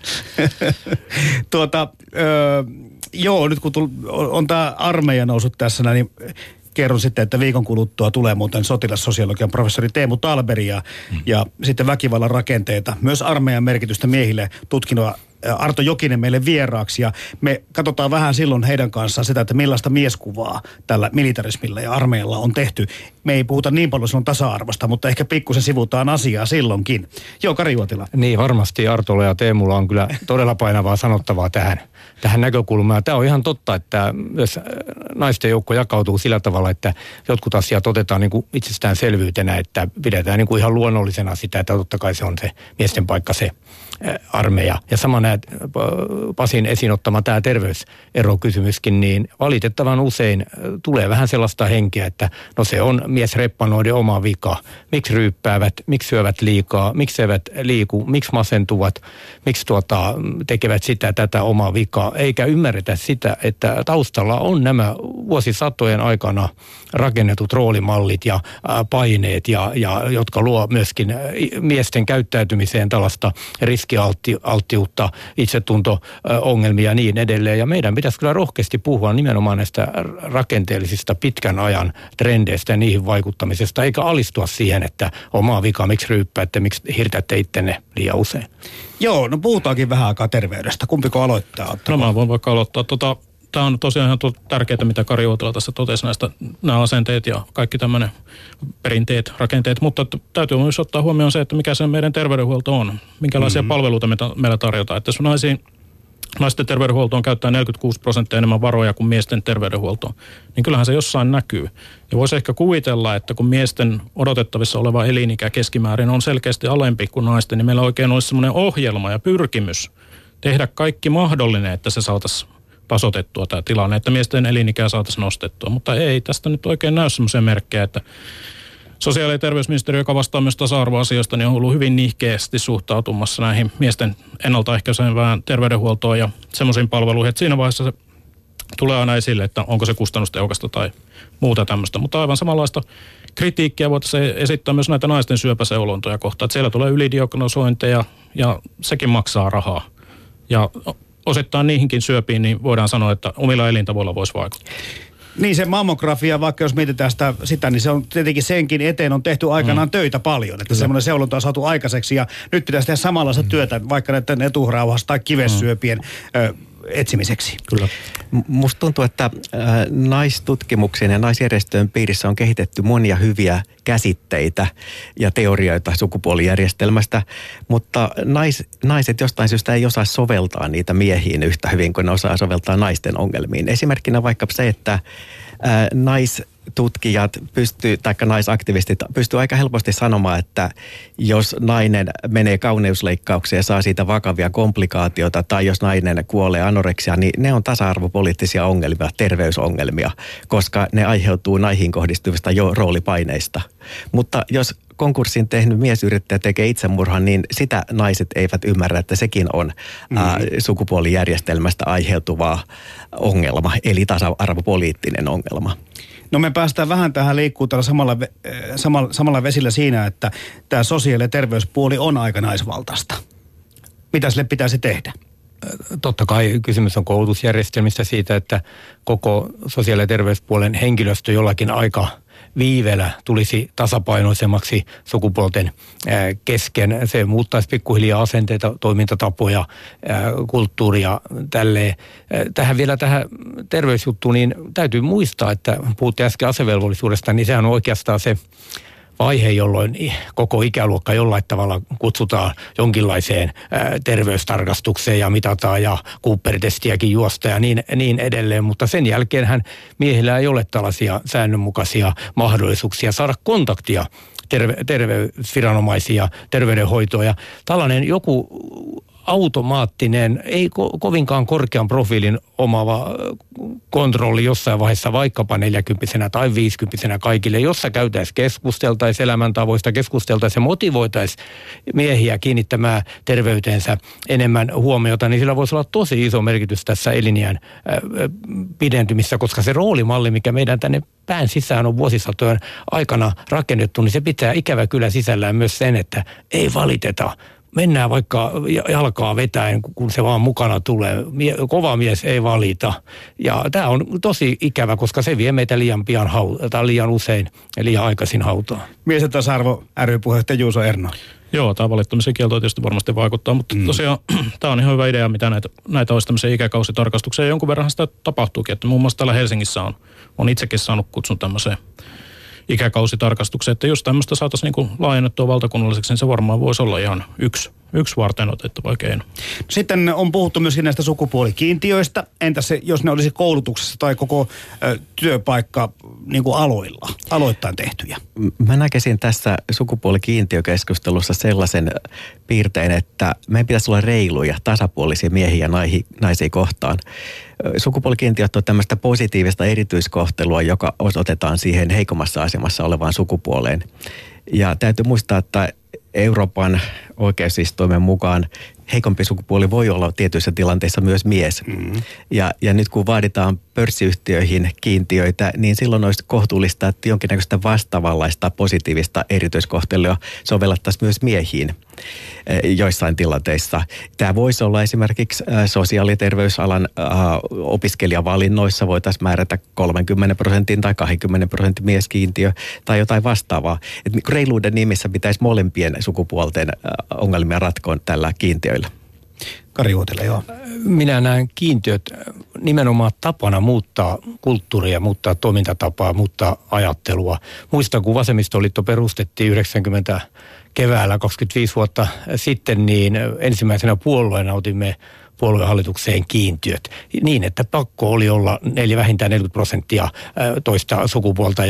tuota, öö, joo, nyt kun tull, on, on tämä armeija noussut tässä, niin kerron sitten, että viikon kuluttua tulee muuten sotilassosiologian professori Teemu Talberi ja, mm. ja sitten väkivallan rakenteita. Myös armeijan merkitystä miehille tutkinut Arto Jokinen meille vieraaksi ja me katsotaan vähän silloin heidän kanssaan sitä, että millaista mieskuvaa tällä militarismilla ja armeijalla on tehty. Me ei puhuta niin paljon silloin tasa-arvosta, mutta ehkä pikkusen sivutaan asiaa silloinkin. Joo, Kari Uotila. Niin, varmasti Artolla ja Teemulla on kyllä todella painavaa sanottavaa tähän, tähän näkökulmaan. Tämä on ihan totta, että myös naisten joukko jakautuu sillä tavalla, että jotkut asiat otetaan niin kuin itsestäänselvyytenä, että pidetään niin kuin ihan luonnollisena sitä, että totta kai se on se miesten paikka se armeija. Ja sama nämä Pasin esiin ottama tämä terveyserokysymyskin, niin valitettavan usein tulee vähän sellaista henkeä, että no se on miesreppanoiden oma vika. Miksi ryyppäävät, miksi syövät liikaa, miksi eivät liiku, miksi masentuvat, miksi tuota, tekevät sitä tätä omaa vikaa. Eikä ymmärretä sitä, että taustalla on nämä vuosisatojen aikana rakennetut roolimallit ja paineet, ja, ja, jotka luo myöskin miesten käyttäytymiseen tällaista riskialttiutta, itsetunto-ongelmia ja niin edelleen. Ja meidän pitäisi kyllä rohkeasti puhua nimenomaan näistä rakenteellisista pitkän ajan trendeistä ja niihin vaikuttamisesta, eikä alistua siihen, että omaa vika, miksi ryyppäätte, miksi hirtätte ittenne liian usein. Joo, no puhutaankin vähän aikaa terveydestä. Kumpiko aloittaa? No mä voin vaikka aloittaa. Tota, tämä on tosiaan ihan tärkeää, mitä Kari Uotila tässä totesi näistä, nämä asenteet ja kaikki tämmöinen perinteet, rakenteet, mutta täytyy myös ottaa huomioon se, että mikä se meidän terveydenhuolto on, minkälaisia mm-hmm. palveluita me ta- meillä tarjotaan. Että jos naisiin, naisten terveydenhuoltoon käyttää neljäkymmentäkuusi prosenttia enemmän varoja kuin miesten terveydenhuoltoon, niin kyllähän se jossain näkyy. Ja voisi ehkä kuvitella, että kun miesten odotettavissa oleva elinikä keskimäärin on selkeästi alempi kuin naisten, niin meillä oikein olisi semmoinen ohjelma ja pyrkimys tehdä kaikki mahdollinen, että se saataisiin tasoitettua tämä tilanne, että miesten elinikää saataisiin nostettua, mutta ei tästä nyt oikein näy semmoisia merkkejä, että sosiaali- ja terveysministeriö, joka vastaa myös tasa-arvoasioista, niin on ollut hyvin nihkeästi suhtautumassa näihin miesten ennaltaehkäisevään terveydenhuoltoon ja semmoisiin palveluihin, että siinä vaiheessa se tulee aina esille, että onko se kustannustehokasta tai muuta tämmöistä. Mutta aivan samanlaista kritiikkiä voitaisiin esittää myös näitä naisten syöpäseulontoja kohtaan. Että siellä tulee ylidiagnosointeja ja sekin maksaa rahaa. Ja osittain niihinkin syöpiin niin voidaan sanoa, että omilla elintavoilla voisi vaikuttaa. Niin se mammografia, vaikka jos mietitään sitä, sitä, niin se on tietenkin senkin eteen on tehty aikanaan mm. töitä paljon. Että semmoinen seulonta on saatu aikaiseksi ja nyt pitäisi tehdä samanlaista mm. työtä vaikka näiden eturauhasta tai kivessyöpien mm. ö, etsimiseksi. Kyllä. Musta tuntuu, että naistutkimuksen ja naisjärjestöjen piirissä on kehitetty monia hyviä käsitteitä ja teorioita sukupuolijärjestelmästä, mutta nais, naiset jostain syystä ei osaa soveltaa niitä miehiin yhtä hyvin kuin ne osaa soveltaa naisten ongelmiin. Esimerkkinä vaikka se, että ää, nais tutkijat pystyy, tai naisaktivistit pystyy aika helposti sanomaan, että jos nainen menee kauneusleikkaukseen ja saa siitä vakavia komplikaatioita, tai jos nainen kuolee anoreksiaan, niin ne on tasa-arvopoliittisia ongelmia, terveysongelmia, koska ne aiheutuu naihin kohdistuvista jo roolipaineista. Mutta jos konkurssin tehnyt miesyrittäjä tekee itsemurhan, niin sitä naiset eivät ymmärrä, että sekin on mm. ää, sukupuolijärjestelmästä aiheutuvaa ongelma, eli tasa-arvopoliittinen ongelma. No me päästään vähän tähän liikkuu tällä samalla, samalla, samalla vesillä siinä, että tämä sosiaali- ja terveyspuoli on aika naisvaltaista. Mitä sille pitäisi tehdä? Totta kai kysymys on koulutusjärjestelmistä siitä, että koko sosiaali- ja terveyspuolen henkilöstö jollakin aika viivellä tulisi tasapainoisemmaksi sukupuolten kesken. Se muuttaisi pikkuhiljaa asenteita, toimintatapoja, kulttuuria tälleen. Tähän vielä tähän terveysjuttuun, niin täytyy muistaa, että puhuttiin äsken asevelvollisuudesta, niin sehän on oikeastaan se vaihe, jolloin koko ikäluokka jollain tavalla kutsutaan jonkinlaiseen ää, terveystarkastukseen ja mitataan ja Cooper-testiäkin juosta ja niin, niin edelleen. Mutta sen jälkeenhän miehillä ei ole tällaisia säännönmukaisia mahdollisuuksia saada kontaktia terve, terveysviranomaisia, terveydenhoitoa ja tällainen joku automaattinen, ei ko- kovinkaan korkean profiilin omaava kontrolli jossain vaiheessa vaikkapa neljäkymppisenä tai viisikymppisenä kaikille, jossa käytäisiin keskusteltaisiin elämäntavoista, keskusteltaisiin ja motivoitaisiin miehiä kiinnittämään terveyteensä enemmän huomiota, niin sillä voisi olla tosi iso merkitys tässä eliniän äh, pidentymissä, koska se roolimalli, mikä meidän tänne pään sisään on vuosisatojen aikana rakennettu, niin se pitää ikävä kyllä sisällään myös sen, että ei valiteta. Mennään vaikka jalkaa vetäen, kun se vaan mukana tulee. Mie, kova mies ei valita. Ja tämä on tosi ikävä, koska se vie meitä liian pian hau- tai liian usein ja liian aikaisin hautaan. Mies- ja tasa-arvo ry-puheenjohtaja Juuso Erno. Joo, tämä valittamisen kielto tietysti varmasti vaikuttaa, mutta mm. tosiaan tämä on ihan hyvä idea, mitä näitä, näitä olisi tämmöisiä ikäkausitarkastuksia. Ja jonkun verran sitä tapahtuukin, että muun muassa täällä Helsingissä on, on itsekin saanut kutsun tämmöiseen ikäkausitarkastukseen, että jos tämmöistä saataisiin niin kuin laajennettua valtakunnalliseksi, niin se varmaan voisi olla ihan yksi, yksi varten otettava keino. Sitten on puhuttu myöskin näistä sukupuolikiintiöistä. Entäs se, jos ne olisi koulutuksessa tai koko ö, työpaikka niin kuin aloilla, aloittain tehtyjä? Mä näkisin tässä sukupuolikiintiökeskustelussa sellaisen piirtein, että meidän pitäisi olla reiluja, tasapuolisia miehiä ja naisia kohtaan. Sukupuolikiintiöt on tämmöistä positiivista erityiskohtelua, joka osoitetaan siihen heikommassa asemassa olevaan sukupuoleen. Ja täytyy muistaa, että Euroopan oikeusistuimen mukaan heikompi sukupuoli voi olla tietyissä tilanteissa myös mies. Mm-hmm. Ja, ja nyt kun vaaditaan pörssiyhtiöihin kiintiöitä, niin silloin olisi kohtuullista, että jonkinnäköistä vastaavanlaista positiivista erityiskohtelua sovellettaisiin myös miehiin joissain tilanteissa. Tämä voisi olla esimerkiksi sosiaali- ja terveysalan äh, opiskelijavalinnoissa voitaisiin määrätä kolmekymmentä prosentin tai kaksikymmentä prosentin mieskiintiö tai jotain vastaavaa. Et reiluuden nimissä pitäisi molempien sukupuolten äh, ongelmia ratkoa tällä kiintiöillä. Kari Uotila, joo. Minä näen kiintiöt nimenomaan tapana muuttaa kulttuuria, muuttaa toimintatapaa, muuttaa ajattelua. Muistan, kun Vasemmistoliitto perustettiin yhdeksänkymmentä keväällä kaksikymmentäviisi vuotta sitten, niin ensimmäisenä puolueena otimme puoluehallitukseen kiintiöt. Niin, että pakko oli olla neljä, vähintään neljäkymmentä prosenttia toista sukupuolta ja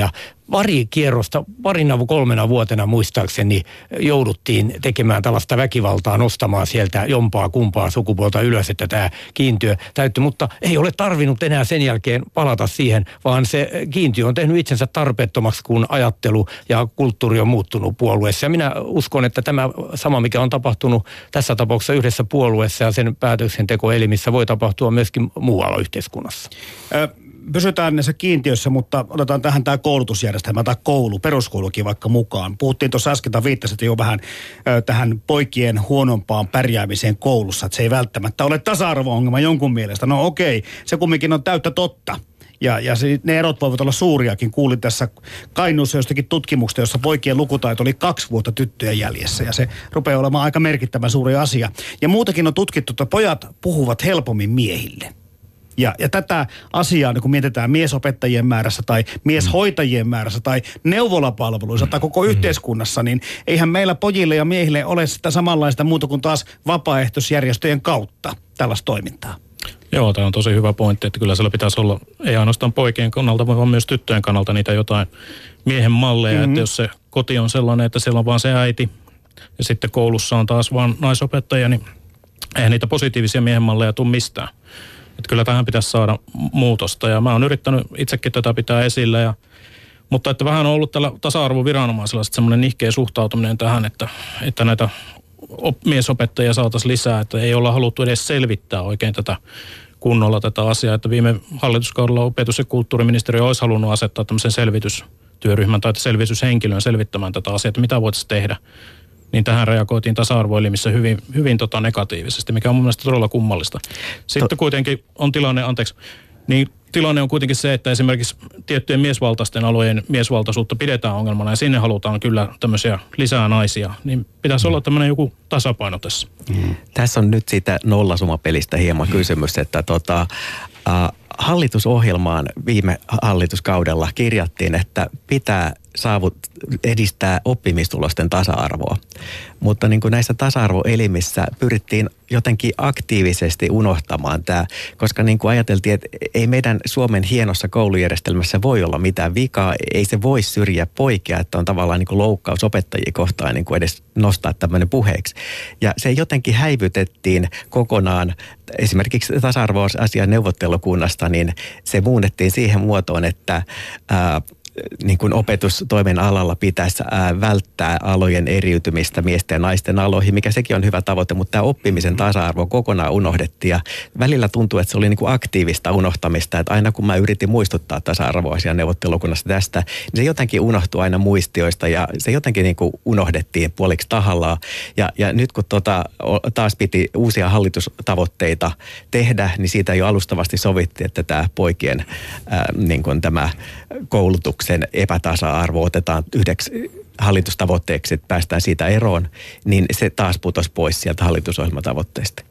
pari kierrosta, parina kolmena vuotena muistaakseni jouduttiin tekemään tällaista väkivaltaa, nostamaan sieltä jompaa kumpaa sukupuolta ylös, että tämä kiintiö täyttyi, mutta ei ole tarvinnut enää sen jälkeen palata siihen, vaan se kiintiö on tehnyt itsensä tarpeettomaksi, kun ajattelu ja kulttuuri on muuttunut puolueessa. Ja minä uskon, että tämä sama, mikä on tapahtunut tässä tapauksessa yhdessä puolueessa ja sen päätöksentekoelimissä, voi tapahtua myöskin muualla yhteiskunnassa. Ö- Pysytään näissä kiintiöissä, mutta otetaan tähän tämä koulutusjärjestelmä tai koulu, peruskoulukin vaikka mukaan. Puhuttiin tuossa äsken, tai viittasit jo vähän ö, tähän poikien huonompaan pärjäämiseen koulussa, että se ei välttämättä ole tasa-arvo-ongelma jonkun mielestä. No okei, se kumminkin on täyttä totta. Ja, ja se, ne erot voivat olla suuriakin. Kuulin tässä Kainuussa jostakin tutkimuksesta, jossa poikien lukutaito oli kaksi vuotta tyttöjen jäljessä. Ja se rupeaa olemaan aika merkittävän suuri asia. Ja muutakin on tutkittu, että pojat puhuvat helpommin miehille. Ja, ja tätä asiaa, niin kun mietitään miesopettajien määrässä tai mieshoitajien määrässä tai neuvolapalveluissa tai koko yhteiskunnassa, niin eihän meillä pojille ja miehille ole sitä samanlaista muuta kuin taas vapaaehtoisjärjestöjen kautta tällaista toimintaa. Joo, tämä on tosi hyvä pointti, että kyllä siellä pitäisi olla, ei ainoastaan poikien kannalta, vaan myös tyttöjen kannalta niitä jotain miehen malleja, mm-hmm. että jos se koti on sellainen, että siellä on vaan se äiti ja sitten koulussa on taas vaan naisopettaja, niin eihän niitä positiivisia miehen malleja tule mistään. Että kyllä tähän pitäisi saada muutosta ja mä oon yrittänyt itsekin tätä pitää esillä. Ja, mutta että vähän on ollut tällä tasa-arvoviranomaisella semmoinen nihkeä suhtautuminen tähän, että, että näitä op- miesopettajia saataisiin lisää. Että ei olla haluttu edes selvittää oikein tätä kunnolla tätä asiaa. Että viime hallituskaudella opetus- ja kulttuuriministeriö olisi halunnut asettaa tämmöisen selvitystyöryhmän tai selvityshenkilön selvittämään tätä asiaa, että mitä voitaisiin tehdä. Niin tähän reagoitiin tasa-arvoelimissä hyvin, hyvin tota negatiivisesti, mikä on mun mielestä todella kummallista. Sitten to- kuitenkin on tilanne, anteeksi, niin tilanne on kuitenkin se, että esimerkiksi tiettyjen miesvaltaisten alojen miesvaltaisuutta pidetään ongelmana ja sinne halutaan kyllä tämmöisiä lisää naisia. Niin pitäisi mm. olla tämmöinen joku tasapaino tässä. Mm. Tässä on nyt siitä nollasumapelistä hieman mm. kysymys, että tota, äh, hallitusohjelmaan viime hallituskaudella kirjattiin, että pitää saavut, edistää oppimistulosten tasa-arvoa. Mutta niin kuin näissä tasa-arvoelimissä pyrittiin jotenkin aktiivisesti unohtamaan tämä, koska niin kuin ajateltiin, että ei meidän Suomen hienossa koulujärjestelmässä voi olla mitään vikaa, ei se voi syrjiä poikia, että on tavallaan niin kuin loukkaus opettajia kohtaan niin kuin edes nostaa tämmöinen puheeksi. Ja se jotenkin häivytettiin kokonaan, esimerkiksi tasa-arvoasian neuvottelukunnasta, niin se muunnettiin siihen muotoon, että ää, niin kuin opetustoimen alalla pitäisi ää, välttää alojen eriytymistä miesten ja naisten aloihin, mikä sekin on hyvä tavoite, mutta tämä oppimisen tasa-arvo kokonaan unohdettiin ja välillä tuntuu, että se oli niin kuin aktiivista unohtamista, että aina kun mä yritin muistuttaa tasa-arvoasian neuvottelukunnasta tästä, niin se jotenkin unohtui aina muistioista ja se jotenkin niin kuin unohdettiin puoliksi tahallaan ja, ja nyt kun tota, taas piti uusia hallitustavoitteita tehdä, niin siitä jo alustavasti sovittiin, että tämä poikien ää, niin kuin tämä koulutuksen epätasa-arvo otetaan yhdeksi hallitustavoitteeksi, että päästään siitä eroon, niin se taas putosi pois sieltä hallitusohjelmatavoitteista.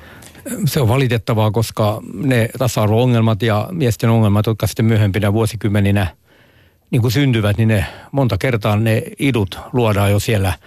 Se on valitettavaa, koska ne tasa-arvo-ongelmat ja miesten ongelmat, jotka sitten myöhempinä vuosikymmeninä niin kuin syntyvät, niin ne monta kertaa ne idut luodaan jo siellä. Äh,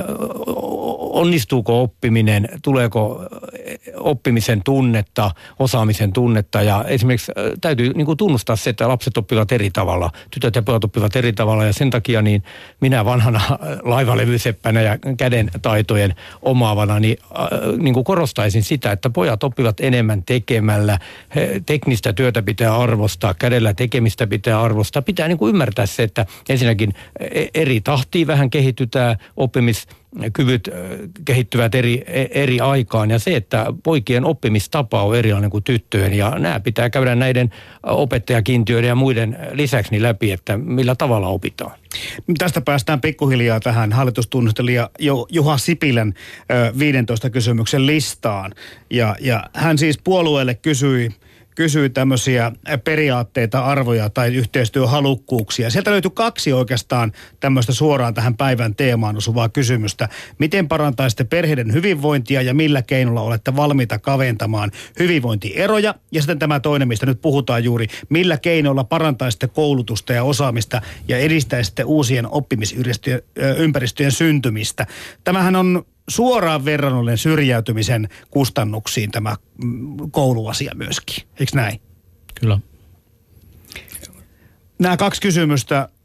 onnistuuko oppiminen, tuleeko oppimisen tunnetta, osaamisen tunnetta ja esimerkiksi äh, täytyy niin kuin tunnustaa se, että lapset oppivat eri tavalla, tytöt ja pojat oppivat eri tavalla ja sen takia niin minä vanhana laivalevyseppänä ja käden taitojen omaavana niin, äh, niin kuin korostaisin sitä, että pojat oppivat enemmän tekemällä, he, teknistä työtä pitää arvostaa, kädellä tekemistä pitää arvostaa, pitää niin kuin ymmärtää se, että ensinnäkin eri tahtiin vähän kehitytään, oppimiskyvyt kehittyvät eri, eri aikaan ja se, että poikien oppimistapa on erilainen kuin tyttöjen ja nämä pitää käydä näiden opettajakiintiöiden ja muiden lisäksi läpi, että millä tavalla opitaan. Tästä päästään pikkuhiljaa tähän hallitustunnustelija Juha Sipilän viidentoista kysymyksen listaan ja, ja hän siis puolueelle kysyi kysyi tämmöisiä periaatteita, arvoja tai yhteistyöhalukkuuksia. Sieltä löytyi kaksi oikeastaan tämmöistä suoraan tähän päivän teemaan osuvaa kysymystä. Miten parantaisitte perheiden hyvinvointia ja millä keinolla olette valmiita kaventamaan hyvinvointieroja? Ja sitten tämä toinen, mistä nyt puhutaan juuri, millä keinoilla parantaisitte koulutusta ja osaamista ja edistäisitte uusien oppimisympäristöjen syntymistä. Tämähän on suoraan verrannollinen syrjäytymisen kustannuksiin tämä kouluasia myöskin. Eikö näin? Kyllä. Nämä kaksi kysymystä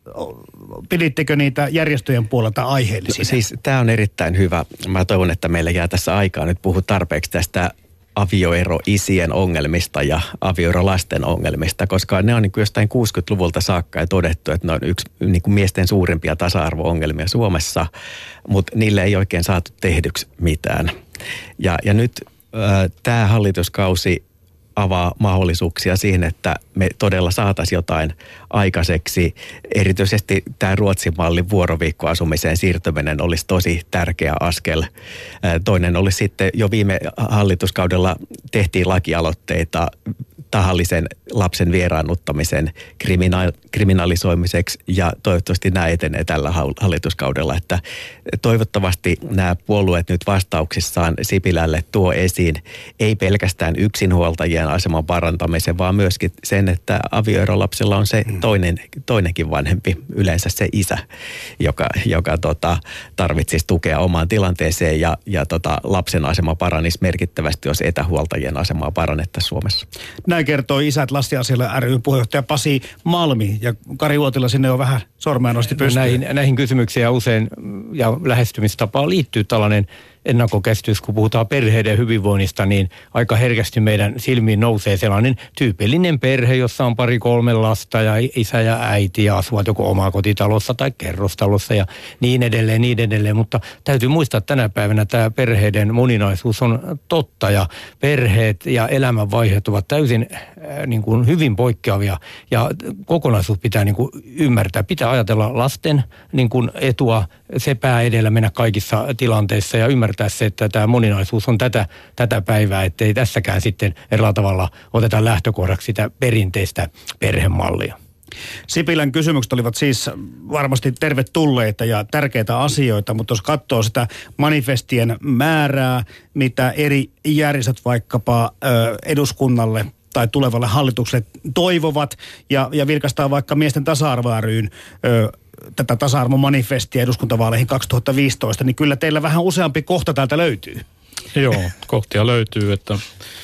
pidittekö niitä järjestöjen puolelta aiheellisina? Siis tämä on erittäin hyvä. Mä toivon, että meillä jää tässä aikaa nyt puhua tarpeeksi tästä avioero-isien ongelmista ja avioerolasten ongelmista, koska ne on niin kuin jostain kuusikymmentäluvulta saakka ja todettu, että ne on yksi niin kuin miesten suurimpia tasa-arvo-ongelmia Suomessa, mutta niille ei oikein saatu tehdyksi mitään. Ja, ja nyt äh, tämä hallituskausi avaa mahdollisuuksia siihen, että me todella saataisiin jotain aikaiseksi. Erityisesti tämä Ruotsin mallin vuoroviikkoasumiseen siirtyminen olisi tosi tärkeä askel. Toinen olisi sitten jo viime hallituskaudella tehtiin lakialoitteita tahallisen lapsen vieraannuttamisen kriminaal- kriminalisoimiseksi ja toivottavasti nämä etenee tällä hallituskaudella. Että toivottavasti nämä puolueet nyt vastauksissaan Sipilälle tuo esiin ei pelkästään yksinhuoltajien aseman parantamisen, vaan myöskin sen, että avioerolapsella on se toinen, toinenkin vanhempi, yleensä se isä, joka, joka tota, tarvitsisi tukea omaan tilanteeseen ja, ja tota, lapsen asema paranisi merkittävästi, jos etähuoltajien asemaa parannettaisiin Suomessa. Näin kertoi Isät lastenasialle ry:n puheenjohtaja Pasi Malmi, ja Kari Uotila sinne on vähän sormea nosti pystyyn. Näihin, näihin kysymyksiin usein ja lähestymistapaan liittyy tällainen ennakkokäsitys, kun puhutaan perheiden hyvinvoinnista, niin aika herkästi meidän silmiin nousee sellainen tyypillinen perhe, jossa on pari kolme lasta ja isä ja äiti ja asuvat joko omakotitalossa tai kerrostalossa ja niin edelleen, niin edelleen. Mutta täytyy muistaa, että tänä päivänä tämä perheiden moninaisuus on totta ja perheet ja elämänvaiheet ovat täysin äh, niin kuin hyvin poikkeavia ja kokonaisuus pitää niin kuin ymmärtää. Pitää ajatella lasten niin kuin etua, se pää edellä mennä kaikissa tilanteissa ja ymmärtää se, että tämä moninaisuus on tätä, tätä päivää, ettei tässäkään sitten erillä tavalla oteta lähtökohdaksi sitä perinteistä perhemallia. Sipilän kysymykset olivat siis varmasti tervetulleita ja tärkeitä asioita, mutta jos katsoo sitä manifestien määrää, mitä eri järjestöt vaikkapa ö, eduskunnalle tai tulevalle hallitukselle toivovat ja, ja vilkaistaan vaikka miesten tasa-arvo ry:n ö, tätä tasa-arvomanifestia eduskuntavaaleihin kaksituhattaviisitoista, niin kyllä teillä vähän useampi kohta täältä löytyy. Joo, kohtia löytyy, että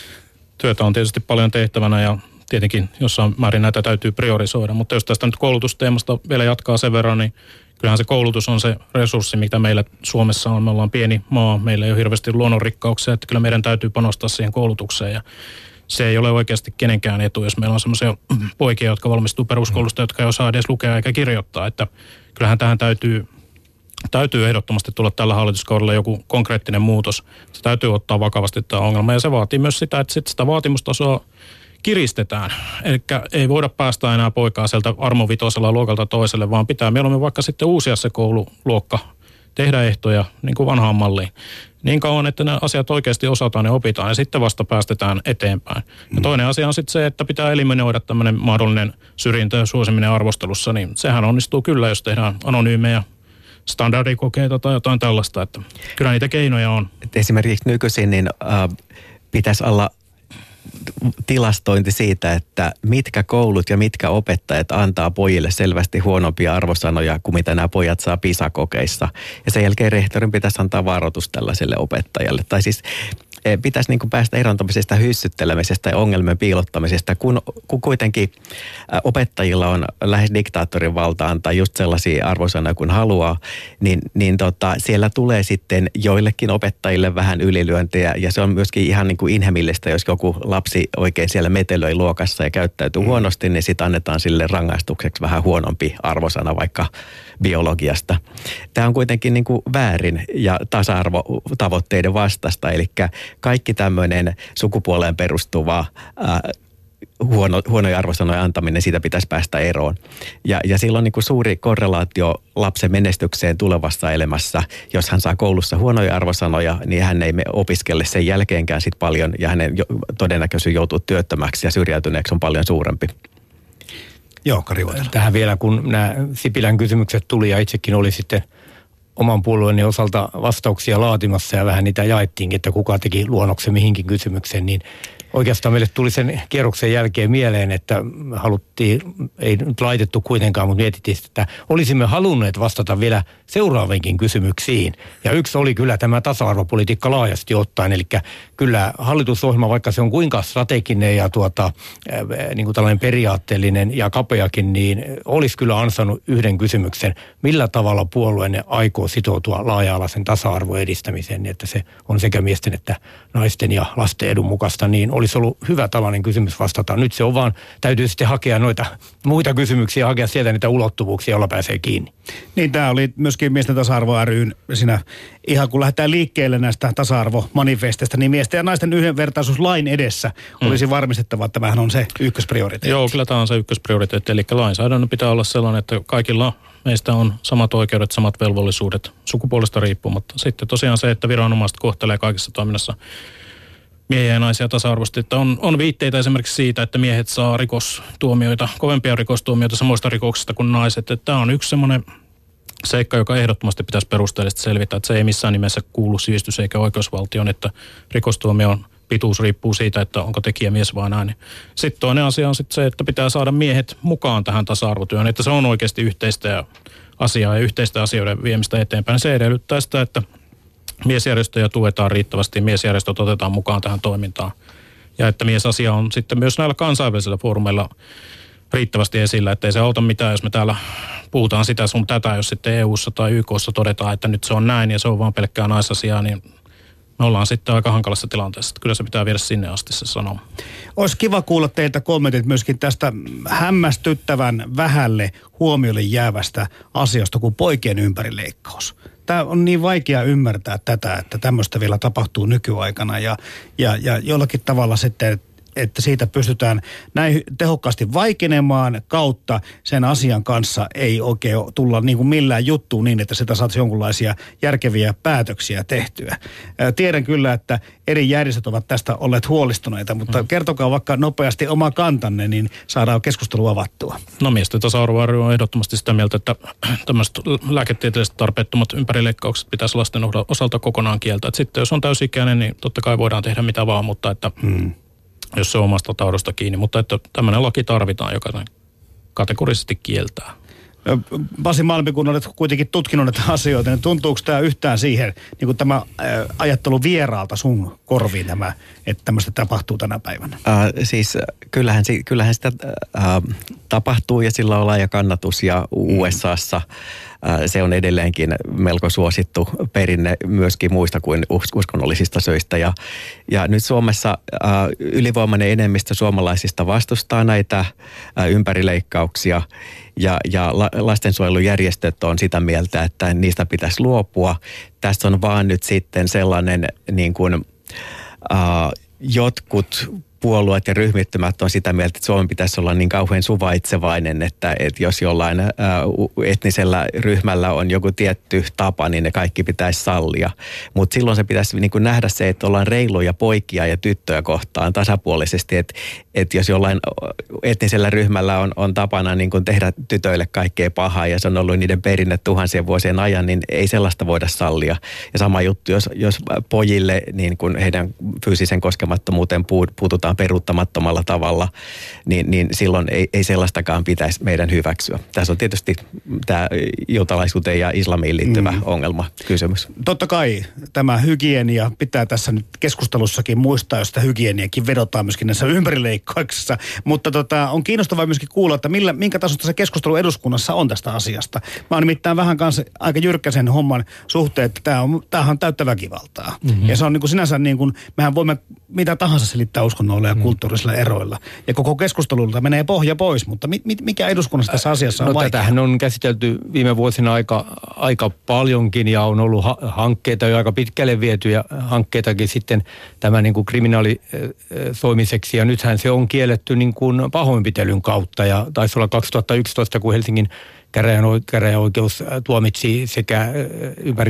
työtä on tietysti paljon tehtävänä ja tietenkin jossain määrin näitä täytyy priorisoida, mutta jos tästä nyt koulutusteemasta vielä jatkaa sen verran, niin kyllähän se koulutus on se resurssi, mitä meillä Suomessa on. Me ollaan pieni maa, meillä ei ole hirveästi luonnonrikkauksia, että kyllä meidän täytyy panostaa siihen koulutukseen ja se ei ole oikeasti kenenkään etu, jos meillä on semmoisia poikia, jotka valmistuu peruskoulusta, jotka ei osaa edes lukea eikä kirjoittaa. Että kyllähän tähän täytyy, täytyy ehdottomasti tulla tällä hallituskaudella joku konkreettinen muutos. Se täytyy ottaa vakavasti tämä ongelma ja se vaatii myös sitä, että sit sitä vaatimustasoa kiristetään. Eli ei voida päästä enää poikaa sieltä armovitosella luokalta toiselle, vaan pitää mieluummin vaikka sitten uusia se koululuokka, tehdä ehtoja niin kuin vanhaan malliin. Niin kauan, että nämä asiat oikeasti osataan ja opitaan ja sitten vasta päästetään eteenpäin. Ja toinen asia on sitten se, että pitää eliminoida tämmöinen mahdollinen syrjintä ja suosiminen arvostelussa, niin sehän onnistuu kyllä, jos tehdään anonyymejä standardikokeita tai jotain tällaista, että kyllä niitä keinoja on. Et esimerkiksi nykyisin niin äh, pitäisi olla tilastointi siitä, että mitkä koulut ja mitkä opettajat antaa pojille selvästi huonompia arvosanoja kuin mitä nämä pojat saa PISA-kokeissa. Ja sen jälkeen rehtorin pitäisi antaa varoitus tällaiselle opettajalle. Tai siis pitäisi niin kuin päästä erontamisesta, hyssyttelemisestä ja ongelmien piilottamisesta, kun, kun kuitenkin opettajilla on lähes diktaattorin valta antaa just sellaisia arvosanoja kuin haluaa, niin, niin tota, siellä tulee sitten joillekin opettajille vähän ylilyöntejä ja se on myöskin ihan niin kuin inhimillistä, jos joku lapsi oikein siellä metelöi luokassa ja käyttäytyy huonosti, niin sitten annetaan sille rangaistukseksi vähän huonompi arvosana vaikka biologiasta. Tämä on kuitenkin niin kuin väärin ja tasa-arvotavoitteiden vastasta, eli kaikki tämmöinen sukupuoleen perustuva ää, huono, huonoja arvosanoja antaminen, siitä pitäisi päästä eroon. Ja, ja silloin niin kuin suuri korrelaatio lapsen menestykseen tulevassa elämässä. Jos hän saa koulussa huonoja arvosanoja, niin hän ei opiskele sen jälkeenkään sit paljon ja hänen todennäköisyys joutuu työttömäksi ja syrjäytyneeksi on paljon suurempi. Joo, Kari Uotila. Tähän vielä, kun nämä Sipilän kysymykset tuli ja itsekin oli sitten oman puolueeni osalta vastauksia laatimassa ja vähän niitä jaettiinkin, että kuka teki luonnoksen mihinkin kysymykseen, niin Oikeastaan meille tuli sen kierroksen jälkeen mieleen, että haluttiin, ei nyt laitettu kuitenkaan, mutta mietittiin, että olisimme halunneet vastata vielä seuraaviinkin kysymyksiin. Ja yksi oli kyllä tämä tasa-arvopolitiikka laajasti ottaen, eli kyllä hallitusohjelma, vaikka se on kuinka strateginen ja tuota, niin kuin tällainen periaatteellinen ja kapeakin, niin olisi kyllä ansainnut yhden kysymyksen, millä tavalla puolueenne aikoo sitoutua laaja-alaisen tasa-arvon edistämiseen, niin että se on sekä miesten että naisten ja lasten edun mukaista, niin olisi ollut hyvä tällainen kysymys vastata. Nyt se on vaan, täytyy sitten hakea noita muita kysymyksiä, hakea sieltä niitä ulottuvuuksia, joilla pääsee kiinni. Niin, tämä oli myöskin miesten tasa-arvo ry:n siinä, ihan kun lähdetään liikkeelle näistä tasa-arvomanifesteista, niin miesten ja naisten yhdenvertaisuus lain edessä olisi mm. varmistettava, että tämähän on se ykkösprioriteetti. Joo, kyllä tämä on se ykkösprioriteetti, eli lainsäädännön pitää olla sellainen, että kaikilla meistä on samat oikeudet, samat velvollisuudet sukupuolesta riippumatta. Sitten tosiaan se, että viranomaiset kohtelee kaikessa toiminnassa miehiä ja naisia tasa-arvoisesti, että on, on viitteitä esimerkiksi siitä, että miehet saa rikostuomioita, kovempia rikostuomioita samoista rikoksista kuin naiset. Että tämä on yksi semmoinen seikka, joka ehdottomasti pitäisi perusteellisesti selvitä, että se ei missään nimessä kuulu sivistys- eikä oikeusvaltioon, että rikostuomion pituus riippuu siitä, että onko tekijä mies vai nainen. Sitten toinen asia on sitten se, että pitää saada miehet mukaan tähän tasa-arvotyöhön, että se on oikeasti yhteistä asiaa ja yhteistä asioiden viemistä eteenpäin. Se edellyttää sitä, että miesjärjestöjä tuetaan riittävästi, miesjärjestöt otetaan mukaan tähän toimintaan. Ja että miesasia on sitten myös näillä kansainvälisillä foorumeilla riittävästi esillä, ettei se auta mitään, jos me täällä puhutaan sitä sun tätä, jos sitten E U:ssa tai Y K:ssa todetaan, että nyt se on näin ja se on vaan pelkkää naisasiaa, niin me ollaan sitten aika hankalassa tilanteessa. Kyllä se pitää viedä sinne asti se sanoma. Olisi kiva kuulla teiltä kommentit myöskin tästä hämmästyttävän vähälle huomiolle jäävästä asiasta kuin poikien ympärileikkaus. Tämä on niin vaikea ymmärtää tätä, että tämmöistä vielä tapahtuu nykyaikana ja, ja, ja jollakin tavalla sitten, että siitä pystytään näin tehokkaasti vaikenemaan kautta sen asian kanssa ei oikein tulla niin kuin millään juttuun niin, että sitä saataisiin jonkunlaisia järkeviä päätöksiä tehtyä. Tiedän kyllä, että eri järjestöt ovat tästä olleet huolestuneita, mutta kertokaa vaikka nopeasti oma kantanne, niin saadaan keskustelu avattua. No miesten tasa-arvo ry on ehdottomasti sitä mieltä, että tämmöiset lääketieteelliset tarpeettomat ympärileikkaukset pitäisi lasten osalta kokonaan kieltää. Että sitten jos on täysikäinen, niin totta kai voidaan tehdä mitä vaan, mutta että hmm. jos se on omasta taudosta kiinni, mutta että tämmöinen laki tarvitaan, joka kategorisesti kieltää. Pasi Malmi, kun olet kuitenkin tutkinut näitä asioita, niin tuntuuko tämä yhtään siihen, niin kuin tämä ajattelu vieraalta sun korviin tämä, että tämmöistä tapahtuu tänä päivänä? Äh, siis kyllähän, kyllähän sitä äh, tapahtuu ja sillä on laaja kannatus ja U S A:ssa äh, se on edelleenkin melko suosittu perinne myöskin muista kuin uskonnollisista syistä. Ja, ja nyt Suomessa äh, ylivoimainen enemmistö suomalaisista vastustaa näitä äh, ympärileikkauksia. Ja, ja lastensuojelujärjestöt on sitä mieltä, että niistä pitäisi luopua. Tässä on vaan nyt sitten sellainen niin kuin, äh, jotkut puolueet ja ryhmittymät on sitä mieltä, että Suomen pitäisi olla niin kauhean suvaitsevainen, että, että jos jollain ää, etnisellä ryhmällä on joku tietty tapa, niin ne kaikki pitäisi sallia. Mutta silloin se pitäisi niin kuin nähdä se, että ollaan reiluja poikia ja tyttöjä kohtaan tasapuolisesti, että, että jos jollain etnisellä ryhmällä on, on tapana niin kuin tehdä tytöille kaikkea pahaa ja se on ollut niiden perinne tuhansien vuosien ajan, niin ei sellaista voida sallia. Ja sama juttu, jos, jos pojille niin kuin heidän fyysisen koskemattomuuteen puututaan peruuttamattomalla tavalla, niin, niin silloin ei, ei sellaistakaan pitäisi meidän hyväksyä. Tässä on tietysti tämä juutalaisuuteen ja islamiin liittyvä mm. ongelma kysymys. Totta kai tämä hygienia pitää tässä nyt keskustelussakin muistaa, jos sitä hygieniakin vedotaan myöskin näissä ympärileikkauksissa. Mutta tota, on kiinnostavaa myöskin kuulla, että millä, minkä tasosta se keskustelu eduskunnassa on tästä asiasta. Mä oon nimittäin vähän kanssa aika jyrkkä sen homman suhteen, että tämä on, tämähän on täyttä väkivaltaa. Mm-hmm. Ja se on niin kuin sinänsä niin kuin, mehän voimme mitä tahansa selittää uskonnoilla ja kulttuurisilla eroilla. Ja koko keskustelulta menee pohja pois, mutta mi, mi, mikä eduskunnassa tässä asiassa on no, vaikea? Tätähän on käsitelty viime vuosina aika, aika paljonkin ja on ollut ha- hankkeita jo aika pitkälle vietyjä hankkeitakin sitten tämän niin kuin kriminalisoimiseksi. Ja nythän se on kielletty niin kuin pahoinpitelyn kautta ja taisi olla kaksituhattayksitoista, kun Helsingin käräjäoikeus tuomitsi sekä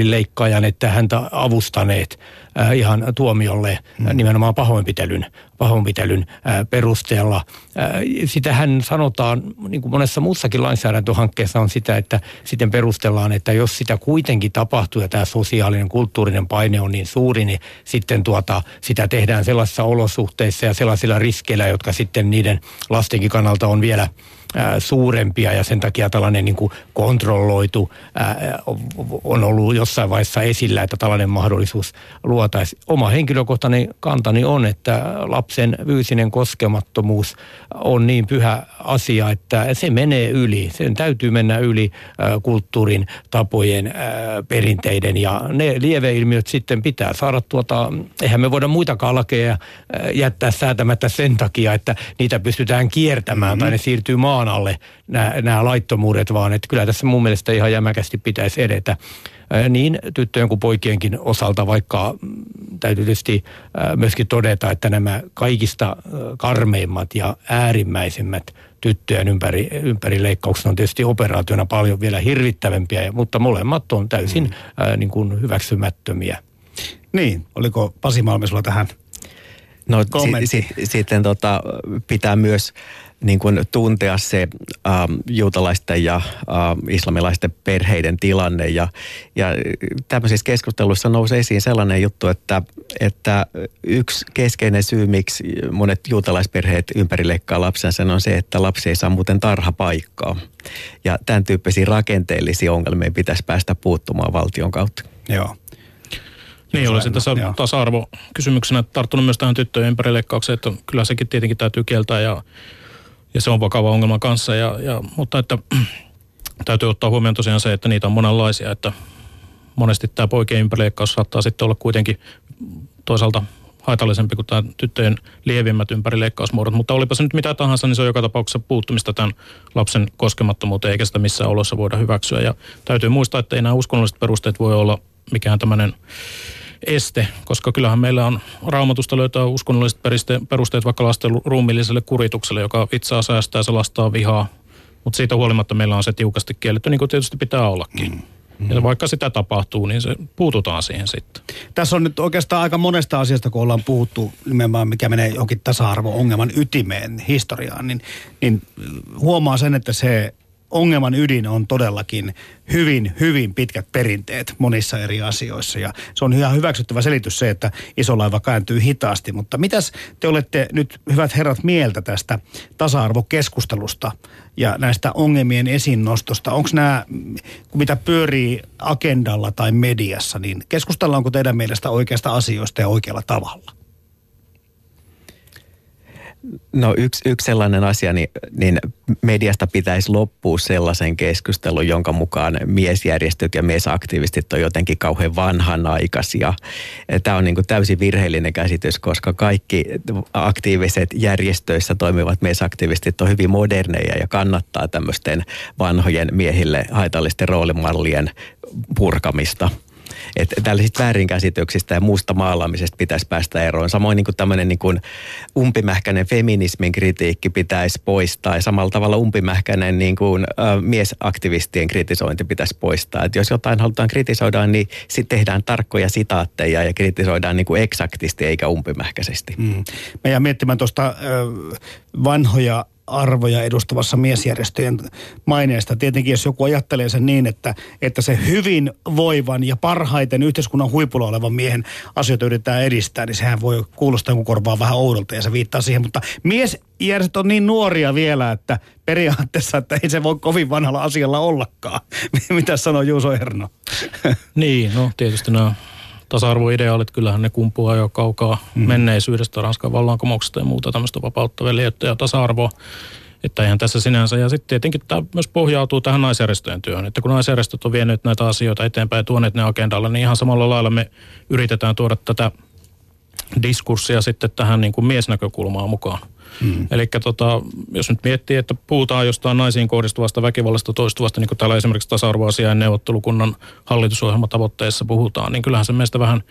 ympärileikkaajan että häntä avustaneet ihan tuomiolle mm. nimenomaan pahoinpitelyn, pahoinpitelyn perusteella. Sitähän sanotaan, niin kuin monessa muussakin lainsäädäntöhankkeessa on sitä, että sitten perustellaan, että jos sitä kuitenkin tapahtuu ja tämä sosiaalinen, kulttuurinen paine on niin suuri, niin sitten tuota, sitä tehdään sellaisissa olosuhteissa ja sellaisilla riskeillä, jotka sitten niiden lastenkin kannalta on vielä suurempia ja sen takia tällainen niin kuin kontrolloitu ää, on ollut jossain vaiheessa esillä, että tällainen mahdollisuus luotaisiin. Oma henkilökohtainen kantani on, että lapsen fyysinen koskemattomuus on niin pyhä asia, että se menee yli. Sen täytyy mennä yli ää, kulttuurin, tapojen, ää, perinteiden ja ne lieveilmiöt sitten pitää saada tuota, eihän me voida muitakaan lakeja ää, jättää säätämättä sen takia, että niitä pystytään kiertämään mm-hmm. tai ne siirtyy maan alle nämä, nämä laittomuudet, vaan että kyllä tässä mun mielestä ihan jämäkästi pitäisi edetä niin tyttöjen kuin poikienkin osalta, vaikka täytyy tietysti myöskin todeta, että nämä kaikista karmeimmat ja äärimmäisimmät tyttöjen ympäri, ympärileikkaukset on tietysti operaationa paljon vielä hirvittävämpiä, mutta molemmat on täysin mm. ää, niin kuin hyväksymättömiä. Niin, oliko Pasi Malmi sulla tähän No si- si- sitten tota, pitää myös niin kuin tuntea se ähm, juutalaisten ja ähm, islamilaisten perheiden tilanne. Ja, ja tämmöisissä keskusteluissa nousee esiin sellainen juttu, että, että yksi keskeinen syy, miksi monet juutalaisperheet ympärileikkaa lapsensa, on se, että lapsi ei saa muuten tarhapaikkaa. Ja tämän tyyppisiä rakenteellisia ongelmia pitäisi päästä puuttumaan valtion kautta. Joo. Niin, olisin tässä Joo. tasa-arvokysymyksenä tarttunut myös tähän tyttöjen ympärileikkaukseen, että kyllä sekin tietenkin täytyy kieltää ja, ja se on vakava ongelma kanssa, ja, ja, mutta että täytyy ottaa huomioon tosiaan se, että niitä on monenlaisia, että monesti tämä poikien ympärileikkaus saattaa sitten olla kuitenkin toisaalta haitallisempi kuin tämä tyttöjen lievimmät ympärileikkausmuodot, mutta olipa se nyt mitä tahansa, niin se on joka tapauksessa puuttumista tämän lapsen koskemattomuuteen, eikä sitä missään olossa voida hyväksyä. Ja täytyy muistaa, että ei nämä uskonnolliset perusteet voi olla mikään tämmöinen este, koska kyllähän meillä on Raamatusta löytää uskonnolliset perusteet vaikka lasten ruumiilliselle kuritukselle, joka itseään säästää, se lastaa vihaa, mutta siitä huolimatta meillä on se tiukasti kielletty, niin kuin tietysti pitää ollakin. Mm. Mm. Ja vaikka sitä tapahtuu, niin se puututaan siihen sitten. Tässä on nyt oikeastaan aika monesta asiasta, kun ollaan puhuttu nimenomaan, mikä menee johonkin tasa-arvo-ongelman ytimeen, historiaan, niin, niin huomaa sen, että se ongelman ydin on todellakin hyvin, hyvin pitkät perinteet monissa eri asioissa. Ja se on ihan hyväksyttävä selitys se, että iso laiva kääntyy hitaasti. Mutta mitäs te olette nyt, hyvät herrat, mieltä tästä tasa-arvokeskustelusta ja näistä ongelmien esiinnostosta? Onko nämä, mitä pyörii agendalla tai mediassa, niin keskustellaanko teidän mielestä oikeasta asioista ja oikealla tavalla? No yksi, yksi sellainen asia, niin, niin mediasta pitäisi loppua sellaisen keskustelun, jonka mukaan miesjärjestöt ja miesaktivistit on jotenkin kauhean vanhanaikaisia. Tämä on niin kuin täysin virheellinen käsitys, koska kaikki aktiiviset järjestöissä toimivat miesaktivistit on hyvin moderneja ja kannattaa tämmöisten vanhojen miehille haitallisten roolimallien purkamista. Että tällaisista väärinkäsityksistä ja muusta maalaamisesta pitäisi päästä eroon. Samoin niin kuin tämmöinen niin kuin umpimähkäinen feminismin kritiikki pitäisi poistaa ja samalla tavalla umpimähkäinen niin kuin, ä, miesaktivistien kritisointi pitäisi poistaa. Et jos jotain halutaan kritisoida, niin sitten tehdään tarkkoja sitaatteja ja kritisoidaan niin kuin eksaktisti eikä umpimähkäisesti. Mm. Me jää miettimään tuosta äh, vanhoja arvoja edustavassa miesjärjestöjen maineesta. Tietenkin jos joku ajattelee sen niin, että, että se hyvin voivan ja parhaiten yhteiskunnan huipulla olevan miehen asioita yritetään edistää, niin sehän voi kuulostaa jonkun korvaan vähän oudolta ja se viittaa siihen. Mutta miesjärjestöt on niin nuoria vielä, että periaatteessa, että ei se voi kovin vanhalla asialla ollakaan. Mitä sanoo Juuso Erno? Niin, no tietysti nämä tasa-arvoideaalit, kyllähän ne kumpuaa jo kaukaa mm. menneisyydestä, Ranskan vallankumouksesta ja muuta tämmöistä vapautta, veljeyttä ja tasa-arvoa. Että eihän tässä sinänsä. Ja sitten tietenkin tämä myös pohjautuu tähän naisjärjestöjen työhön. Että kun naisjärjestöt on vienyt näitä asioita eteenpäin ja tuoneet ne agendalle, niin ihan samalla lailla me yritetään tuoda tätä diskurssia sitten tähän niin kuin miesnäkökulmaan mukaan. Mm. Eli tota, jos nyt miettii, että puhutaan jostain naisiin kohdistuvasta väkivallasta toistuvasta, niin kuin täällä esimerkiksi tasa-arvoasiain neuvottelukunnan hallitusohjelmatavoitteissa puhutaan, niin kyllähän se meistä vähän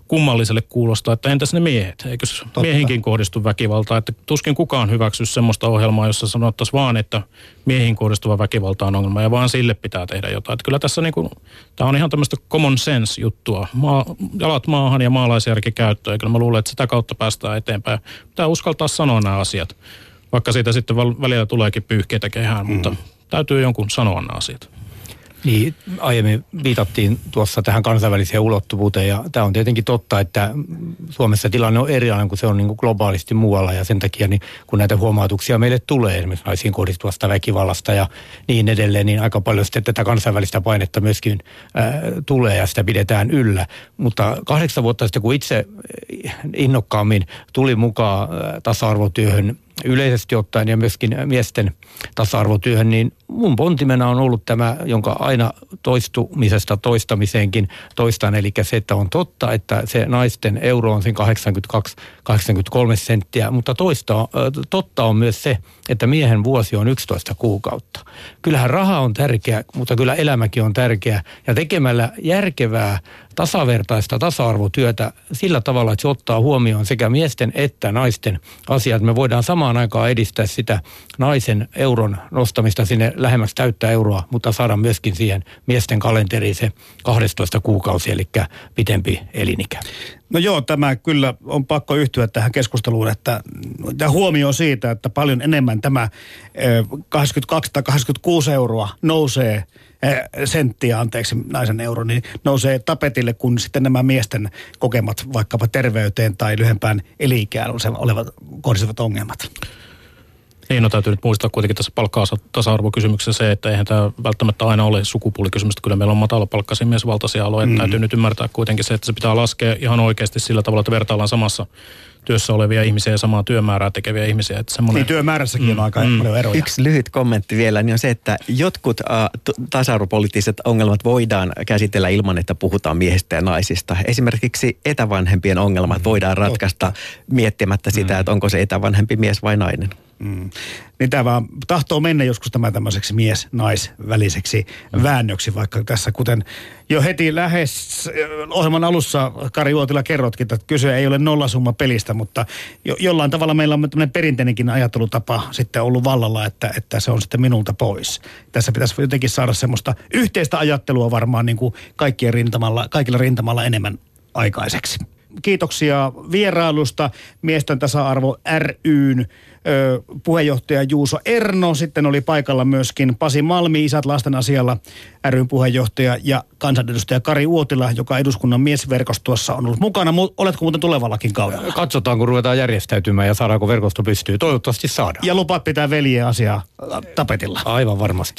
kummalliselle kuulostaa, että entäs ne miehet? Eikö miehinkin kohdistu väkivaltaa? Että tuskin kukaan hyväksyisi semmoista ohjelmaa, jossa sanottaisiin vaan, että miehiin kohdistuva väkivalta on ongelma ja vaan sille pitää tehdä jotain. Että kyllä tässä niinku, tämä on ihan tämmöistä common sense juttua. Maa, jalat maahan ja maalaisjärki käyttöön. Ja kyllä mä luulen, että sitä kautta päästään eteenpäin. Pitää uskaltaa sanoa nämä asiat, vaikka siitä sitten välillä tuleekin pyyhkeitä kehään, mm. mutta täytyy jonkun sanoa nämä asiat. Niin, aiemmin viitattiin tuossa tähän kansainväliseen ulottuvuuteen ja tämä on tietenkin totta, että Suomessa tilanne on erilainen kuin se on niin kuin globaalisti muualla ja sen takia niin kun näitä huomautuksia meille tulee esimerkiksi naisiin kohdistuvasta väkivallasta ja niin edelleen, niin aika paljon sitten tätä kansainvälistä painetta myöskin ää, tulee ja sitä pidetään yllä. Mutta kahdeksan vuotta sitten, kun itse innokkaammin tuli mukaan ää, tasa-arvotyöhön yleisesti ottaen ja myöskin miesten tasa-arvotyöhön, niin mun pontimena on ollut tämä, jonka aina toistumisesta toistamiseenkin toistan, eli se, että on totta, että se naisten euro on sen kahdeksankymmentäkaksi kahdeksankymmentäkolme senttiä, mutta toista, totta on myös se, että miehen vuosi on yksitoista kuukautta. Kyllähän raha on tärkeä, mutta kyllä elämäkin on tärkeä, ja tekemällä järkevää tasavertaista tasa-arvotyötä sillä tavalla, että se ottaa huomioon sekä miesten että naisten asiat. Me voidaan samaan aikaan edistää sitä naisen euron nostamista sinne lähemmäksi täyttä euroa, mutta saada myöskin siihen miesten kalenteriin se kaksitoista kuukausi, eli pitempi elinikä. No joo, tämä kyllä on pakko yhtyä tähän keskusteluun, että tämä huomio siitä, että paljon enemmän tämä kahdeksankymmentäkaksi tai kahdeksankymmentäkuusi euroa nousee, senttiä, anteeksi, naisen euro, niin nousee tapetille, kun sitten nämä miesten kokemat vaikkapa terveyteen tai lyhempään eli-ikään olevat kohdistuvat ongelmat. Niin, no täytyy nyt muistaa kuitenkin tässä palkka-tasa-arvokysymyksessä se, että eihän tämä välttämättä aina ole sukupuolikysymystä. Kyllä meillä on matalapalkkaisia miesvaltaisia aloja. Mm. Täytyy nyt ymmärtää kuitenkin se, että se pitää laskea ihan oikeasti sillä tavalla, että vertaillaan samassa työssä olevia ihmisiä ja samaa työmäärää tekeviä ihmisiä. Että semmoinen... Niin työmäärässäkin mm. on aika mm. paljon eroja. Yksi lyhyt kommentti vielä, niin on se, että jotkut äh, tasa-arvopoliittiset ongelmat voidaan käsitellä ilman, että puhutaan miehistä ja naisista. Esimerkiksi etävanhempien ongelmat mm. voidaan ratkaista Totta. miettimättä sitä, mm. että onko se etävanhempi mies vai nainen. Mm. Niin tämä vaan tahtoo mennä joskus tämä tämmöiseksi mies-nais-väliseksi mm. väännöksi, vaikka tässä kuten jo heti lähes ohjelman alussa Kari Uotila kerrotkin, että kyse ei ole nollasumma pelistä, mutta jo, jollain tavalla meillä on tämmöinen perinteinenkin ajattelutapa sitten ollut vallalla, että, että se on sitten minulta pois. Tässä pitäisi jotenkin saada semmoista yhteistä ajattelua varmaan niin kuin kaikkien rintamalla, kaikilla rintamalla enemmän aikaiseksi. Kiitoksia vierailusta Miesten tasa-arvo ry:n ö, puheenjohtaja Juuso Erno. Sitten oli paikalla myöskin Pasi Malmi, Isät lasten asialla ry:n puheenjohtaja ja kansanedustaja Kari Uotila, joka eduskunnan miesverkostossa on ollut mukana. Oletko muuten tulevallakin kaudella? Katsotaan, kun ruvetaan järjestäytymään ja saadaanko verkosto pystyy. Toivottavasti saadaan. Ja lupaat pitää veljeä asiaa tapetilla. Aivan varmasti.